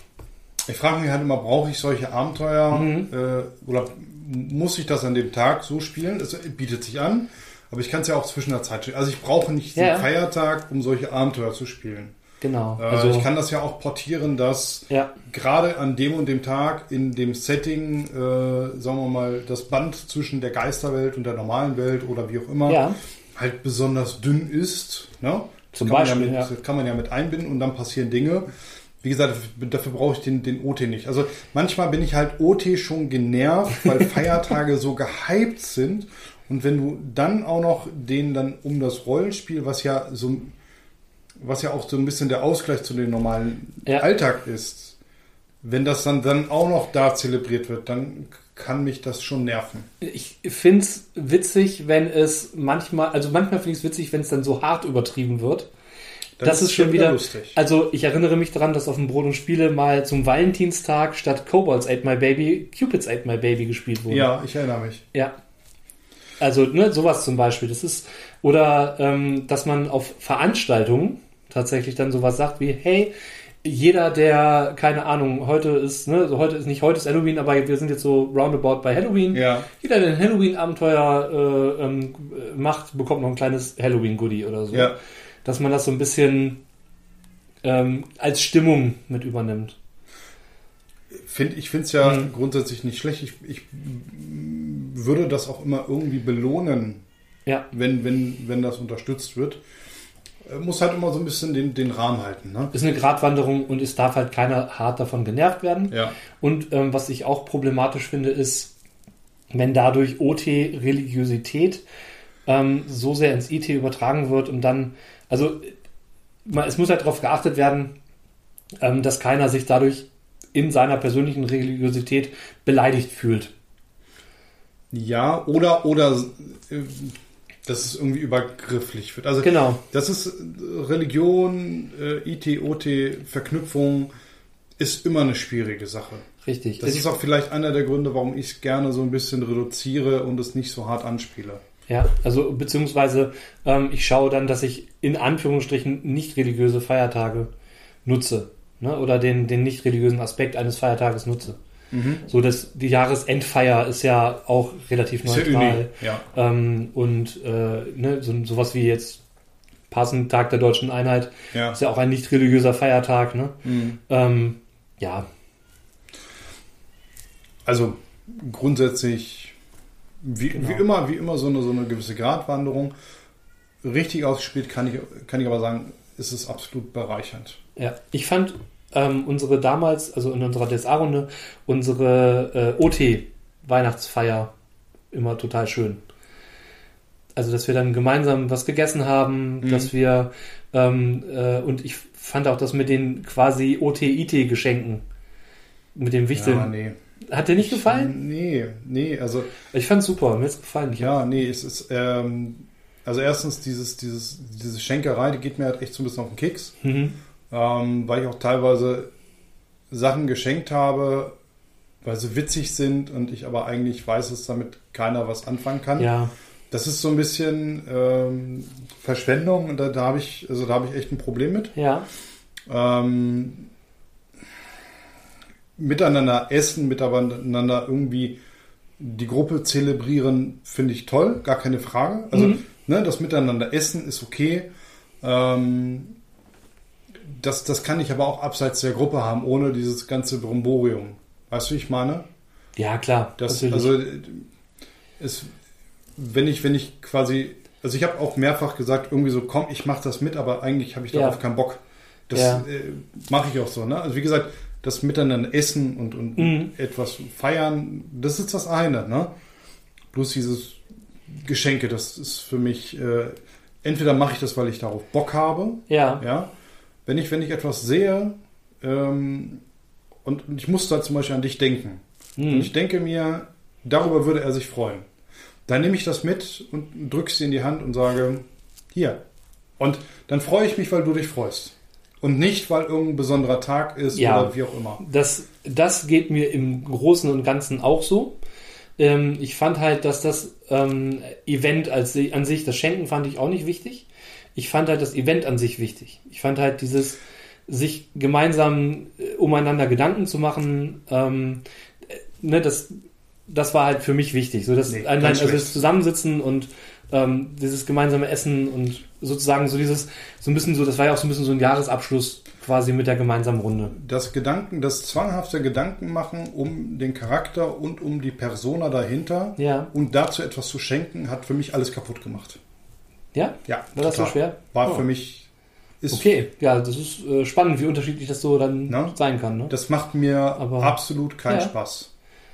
ich frage mich halt immer, brauche ich solche Abenteuer mhm. äh, oder muss ich das an dem Tag so spielen? Es bietet sich an, aber ich kann es ja auch zwischen der Zeit spielen. Also ich brauche nicht ja. den Feiertag, um solche Abenteuer zu spielen. Genau. Also ich kann das ja auch portieren, dass ja. gerade an dem und dem Tag in dem Setting, äh, sagen wir mal, das Band zwischen der Geisterwelt und der normalen Welt oder wie auch immer ja. halt besonders dünn ist. Ne? Zum kann Beispiel, man ja mit, ja. Das kann man ja mit einbinden und dann passieren Dinge. Wie gesagt, dafür, dafür brauche ich den, den O T nicht. Also manchmal bin ich halt O T schon genervt, weil Feiertage so gehypt sind. Und wenn du dann auch noch den dann um das Rollenspiel, was ja so was ja auch so ein bisschen der Ausgleich zu dem normalen ja. Alltag ist, wenn das dann, dann auch noch da zelebriert wird, dann kann mich das schon nerven. Ich finde es witzig, wenn es manchmal, also manchmal finde ich es witzig, wenn es dann so hart übertrieben wird. Das, das ist, ist schon wieder lustig. Also ich erinnere mich daran, dass auf dem Brot und Spiele mal zum Valentinstag statt Kobolds Ate My Baby Cupids Ate My Baby gespielt wurde. Ja, ich erinnere mich. Ja. Also ne, sowas zum Beispiel. Das ist, oder ähm, dass man auf Veranstaltungen tatsächlich dann sowas sagt wie, hey, jeder, der, keine Ahnung, heute ist, ne, so heute ist nicht heute ist Halloween, aber wir sind jetzt so roundabout bei Halloween. Ja. Jeder, der ein Halloween-Abenteuer äh, ähm, macht, bekommt noch ein kleines Halloween-Goodie oder so. Ja. Dass man das so ein bisschen ähm, als Stimmung mit übernimmt. Find, ich finde es ja mhm. grundsätzlich nicht schlecht. Ich, ich würde das auch immer irgendwie belohnen, ja. wenn, wenn, wenn das unterstützt wird. Muss halt immer so ein bisschen den, den Rahmen halten. Ne? Ist eine Gratwanderung und es darf halt keiner hart davon genervt werden. Ja. Und ähm, was ich auch problematisch finde, ist, wenn dadurch O T-Religiosität ähm, so sehr ins I T übertragen wird und dann, also es muss halt darauf geachtet werden, ähm, dass keiner sich dadurch in seiner persönlichen Religiosität beleidigt fühlt. Ja, oder, oder äh, dass es irgendwie übergrifflich wird. Also genau. Das ist Religion, äh, I T, O T, Verknüpfung ist immer eine schwierige Sache. Richtig. Das ich ist auch vielleicht einer der Gründe, warum ich es gerne so ein bisschen reduziere und es nicht so hart anspiele. Ja, also beziehungsweise ähm, ich schaue dann, dass ich in Anführungsstrichen nicht religiöse Feiertage nutze, ne? Oder den, den nicht religiösen Aspekt eines Feiertages nutze. Mhm. So, dass die Jahresendfeier ist ja auch relativ neutral. Ja. Ähm, und äh, ne, so, sowas wie jetzt passend Tag der Deutschen Einheit ja. ist ja auch ein nicht religiöser Feiertag. Ne? Mhm. Ähm, ja. Also grundsätzlich wie, genau. wie immer, wie immer so eine, so eine gewisse Gratwanderung. Richtig ausgespielt kann ich, kann ich aber sagen, ist es absolut bereichernd. Ja, ich fand ähm, unsere damals, also in unserer D S A-Runde, unsere äh, O T-Weihnachtsfeier immer total schön. Also, dass wir dann gemeinsam was gegessen haben, mhm. dass wir ähm, äh, und ich fand auch das mit den quasi O T-I T-Geschenken, mit dem Wichteln. Ja, nee. Hat dir nicht gefallen? Nee, nee, also... Ich fand's super, mir hat's gefallen. Ich ja, nee, es ist... Ähm, also erstens, dieses, dieses, diese Schenkerei, die geht mir halt echt so ein bisschen auf den Keks. Mhm. Ähm, weil ich auch teilweise Sachen geschenkt habe, weil sie witzig sind und ich aber eigentlich weiß, dass damit keiner was anfangen kann. Ja. Das ist so ein bisschen ähm, Verschwendung und da, da habe ich, also da habe ich echt ein Problem mit. Ja. Ähm, miteinander essen, miteinander irgendwie die Gruppe zelebrieren, finde ich toll, gar keine Frage. Also mhm. ne, das Miteinander essen ist okay. Ähm, das, das kann ich aber auch abseits der Gruppe haben, ohne dieses ganze Bromborium. Weißt du, wie ich meine? Ja, klar. Das, also es, wenn ich, wenn ich quasi, also ich habe auch mehrfach gesagt, irgendwie so, komm, ich mache das mit, aber eigentlich habe ich darauf ja. keinen Bock. Das ja. äh, mache ich auch so. Ne? Also wie gesagt, das Miteinander essen und, und mhm. etwas feiern, das ist das eine. Ne? Bloß dieses Geschenke, das ist für mich, äh, entweder mache ich das, weil ich darauf Bock habe. Ja. ja? Wenn ich, wenn ich etwas sehe ähm, und ich muss da zum Beispiel an dich denken. Mhm. Und ich denke mir, darüber würde er sich freuen. Dann nehme ich das mit und drücke es dir in die Hand und sage, hier. Und dann freue ich mich, weil du dich freust. Und nicht, weil irgendein besonderer Tag ist ja, oder wie auch immer. Das, das geht mir im Großen und Ganzen auch so. Ähm, ich fand halt, dass das ähm, Event als, an sich, das Schenken fand ich auch nicht wichtig. Ich fand halt das Event an sich wichtig. Ich fand halt dieses, sich gemeinsam äh, umeinander Gedanken zu machen, ähm, äh, ne, das, das war halt für mich wichtig. So das, nee, allein, also das Zusammensitzen und ähm, dieses gemeinsame Essen und sozusagen so dieses, so ein bisschen so, das war ja auch so ein bisschen so ein Jahresabschluss quasi mit der gemeinsamen Runde. Das Gedanken, das zwanghafte Gedanken machen um den Charakter und um die Persona dahinter ja. und dazu etwas zu schenken, hat für mich alles kaputt gemacht. Ja? Ja. War das so schwer? War oh. für mich... Ist okay, ja, das ist äh, spannend, wie unterschiedlich das so dann ne? sein kann. Ne? Das macht mir Aber, absolut keinen ja. Spaß.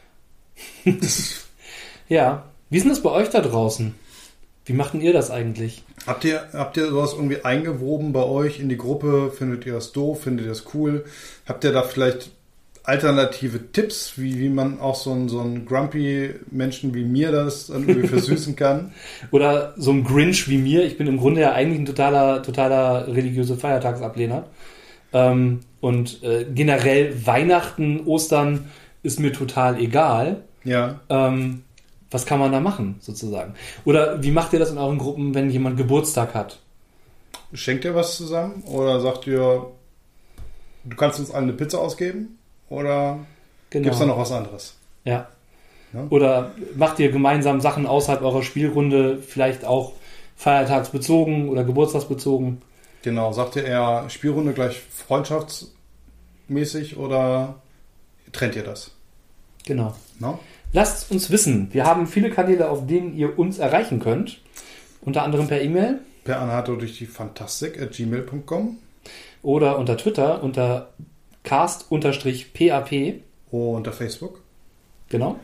Ja. Wie ist denn das bei euch da draußen? Wie macht denn ihr das eigentlich? Habt ihr, habt ihr sowas irgendwie eingewoben bei euch in die Gruppe? Findet ihr das doof? Findet ihr das cool? Habt ihr da vielleicht alternative Tipps, wie, wie man auch so einen, so einen grumpy Menschen wie mir das dann irgendwie versüßen kann? Oder so ein Grinch wie mir. Ich bin im Grunde ja eigentlich ein totaler, totaler religiöser Feiertagsablehner. Ähm, und äh, generell Weihnachten, Ostern ist mir total egal. Ja. Ähm, was kann man da machen, sozusagen? Oder wie macht ihr das in euren Gruppen, wenn jemand Geburtstag hat? Schenkt ihr was zusammen? Oder sagt ihr, du kannst uns allen eine Pizza ausgeben? Oder genau. Gibt es da noch was anderes? Ja. ja. Oder macht ihr gemeinsam Sachen außerhalb eurer Spielrunde, vielleicht auch feiertagsbezogen oder geburtstagsbezogen? Genau. Sagt ihr eher Spielrunde gleich freundschaftsmäßig oder trennt ihr das? Genau. No? Lasst uns wissen. Wir haben viele Kanäle, auf denen ihr uns erreichen könnt. Unter anderem per E-Mail. Per Anhato durch die Fantastik at gmail punkt com. Oder unter Twitter unter cast-pap. Unter Facebook. Genau.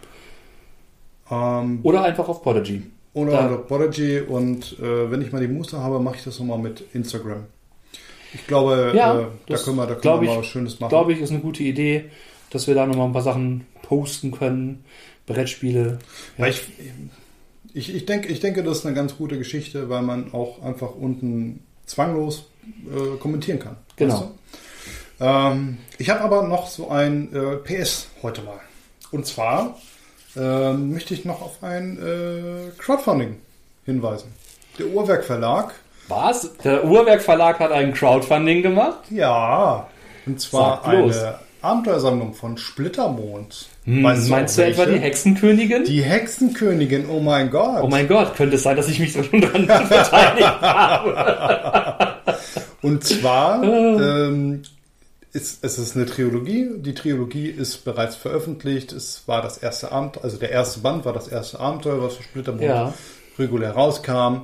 Ähm, oder einfach auf Podigy. Oder da. Unter Podigy. Und äh, wenn ich mal die Muße habe, mache ich das nochmal mit Instagram. Ich glaube, ja, äh, da können wir, da können wir ich, mal was Schönes machen. Glaube ich, ist eine gute Idee, dass wir da nochmal ein paar Sachen posten können. Brettspiele. Ja. Ich, ich, ich, denke, ich denke, das ist eine ganz gute Geschichte, weil man auch einfach unten zwanglos äh, kommentieren kann. Genau. Weißt du? ähm, ich habe aber noch so ein äh, P S heute mal. Und zwar äh, möchte ich noch auf ein äh, Crowdfunding hinweisen. Der Uhrwerk Verlag. Was? Der Uhrwerk Verlag hat ein Crowdfunding gemacht? Ja. Und zwar eine Abenteuersammlung von Splittermond. Hm, meinst du etwa die Hexenkönigin? Die Hexenkönigin, oh mein Gott. Oh mein Gott, könnte es sein, dass ich mich da schon dran beteiligt habe. Und zwar ähm, ist es ist eine Trilogie. Die Trilogie ist bereits veröffentlicht. Es war das erste Abenteuer, also der erste Band war das erste Abenteuer, was für Splittermond ja. regulär rauskam.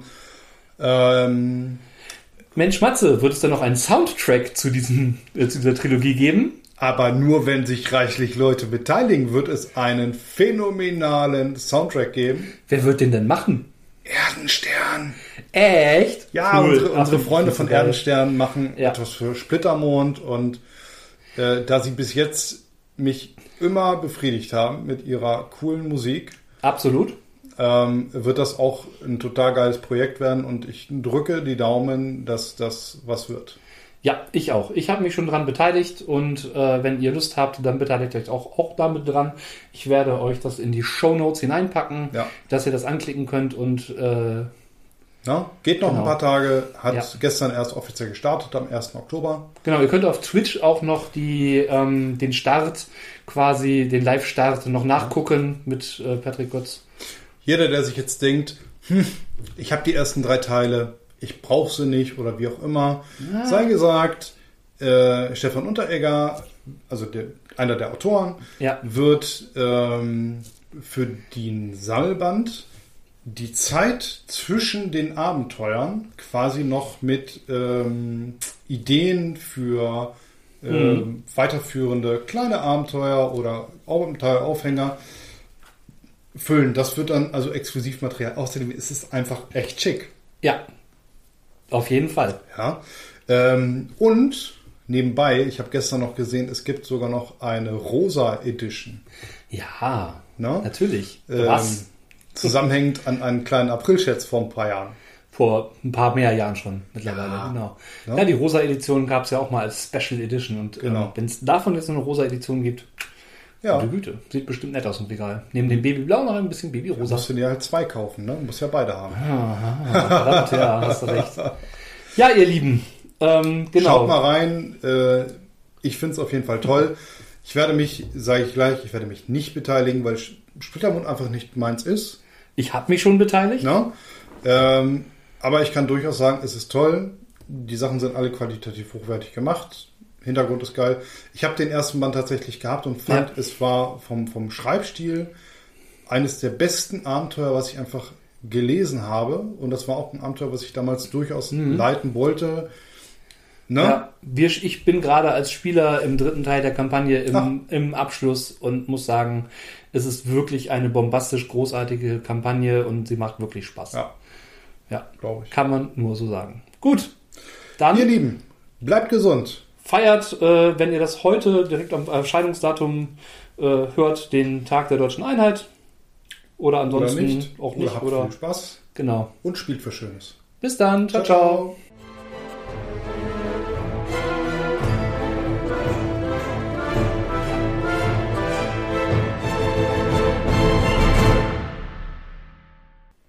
Ähm, Mensch Matze, wird es da noch einen Soundtrack zu, diesem, äh, zu dieser Trilogie geben? Aber nur wenn sich reichlich Leute beteiligen, wird es einen phänomenalen Soundtrack geben. Wer wird den denn machen? Erdenstern. Echt? Ja, cool. unsere, unsere Freunde von geil. Erdenstern machen ja. etwas für Splittermond. Und äh, da sie bis jetzt mich immer befriedigt haben mit ihrer coolen Musik. Absolut. Ähm, wird das auch ein total geiles Projekt werden. Und ich drücke die Daumen, dass das was wird. Ja, ich auch. Ich habe mich schon dran beteiligt und äh, wenn ihr Lust habt, dann beteiligt euch auch, auch damit dran. Ich werde euch das in die Shownotes hineinpacken, ja. dass ihr das anklicken könnt und äh, Na, geht noch Genau. ein paar Tage, hat Ja. gestern erst offiziell gestartet, am ersten Oktober. Genau, ihr könnt auf Twitch auch noch die, ähm, den Start, quasi den Live-Start noch nachgucken mit äh, Patrick Götz. Jeder, der sich jetzt denkt, hm, ich habe die ersten drei Teile, ich brauche sie nicht oder wie auch immer, Ja. sei gesagt, äh, Stefan Unteregger, also der, einer der Autoren, Ja. wird ähm, für den Sammelband die Zeit zwischen den Abenteuern quasi noch mit ähm, Ideen für ähm, Mhm. weiterführende kleine Abenteuer oder Abenteueraufhänger füllen. Das wird dann also Exklusivmaterial. Außerdem ist es einfach echt schick. Ja, auf jeden Fall. Ja. Ähm, und nebenbei, ich habe gestern noch gesehen, es gibt sogar noch eine Rosa Edition. Ja, Ne? natürlich. Ähm, Was? zusammenhängend an einen kleinen April-Schätz vor ein paar Jahren. Vor ein paar mehr Jahren schon mittlerweile, Ja. genau. Ja. Ja, die Rosa-Edition gab es ja auch mal als Special Edition. Und Genau. ähm, wenn es davon jetzt eine Rosa-Edition gibt, Ja, gute Güte, sieht bestimmt nett aus im Regal. Neben dem Babyblau noch ein bisschen Babyrosa. musst du dir halt zwei kaufen, ne? Muss ja beide haben. Ah, verdammt, ja, hast du recht. Ja, ihr Lieben, ähm, genau. Schaut mal rein. Äh, ich finde es auf jeden Fall toll. Ich werde mich, sage ich gleich, ich werde mich nicht beteiligen, weil Splittermond einfach nicht meins ist. Ich habe mich schon beteiligt. Ne? Ähm, aber ich kann durchaus sagen, es ist toll. Die Sachen sind alle qualitativ hochwertig gemacht. Hintergrund ist geil. Ich habe den ersten Band tatsächlich gehabt und fand, Ja. es war vom, vom Schreibstil eines der besten Abenteuer, was ich einfach gelesen habe. Und das war auch ein Abenteuer, was ich damals durchaus Mhm. leiten wollte. Ne? Ja, wir, ich bin gerade als Spieler im dritten Teil der Kampagne im, im Abschluss und muss sagen, es ist wirklich eine bombastisch großartige Kampagne und sie macht wirklich Spaß. Ja, Ja, glaube ich. kann man nur so sagen. Gut, dann Ihr Lieben, bleibt gesund. feiert, äh, wenn ihr das heute direkt am Erscheinungsdatum äh, hört, den Tag der Deutschen Einheit. Oder ansonsten Oder nicht. auch Oder nicht. habt Oder, viel Spaß genau. und spielt für Schönes. Bis dann. Ciao, ciao. ciao.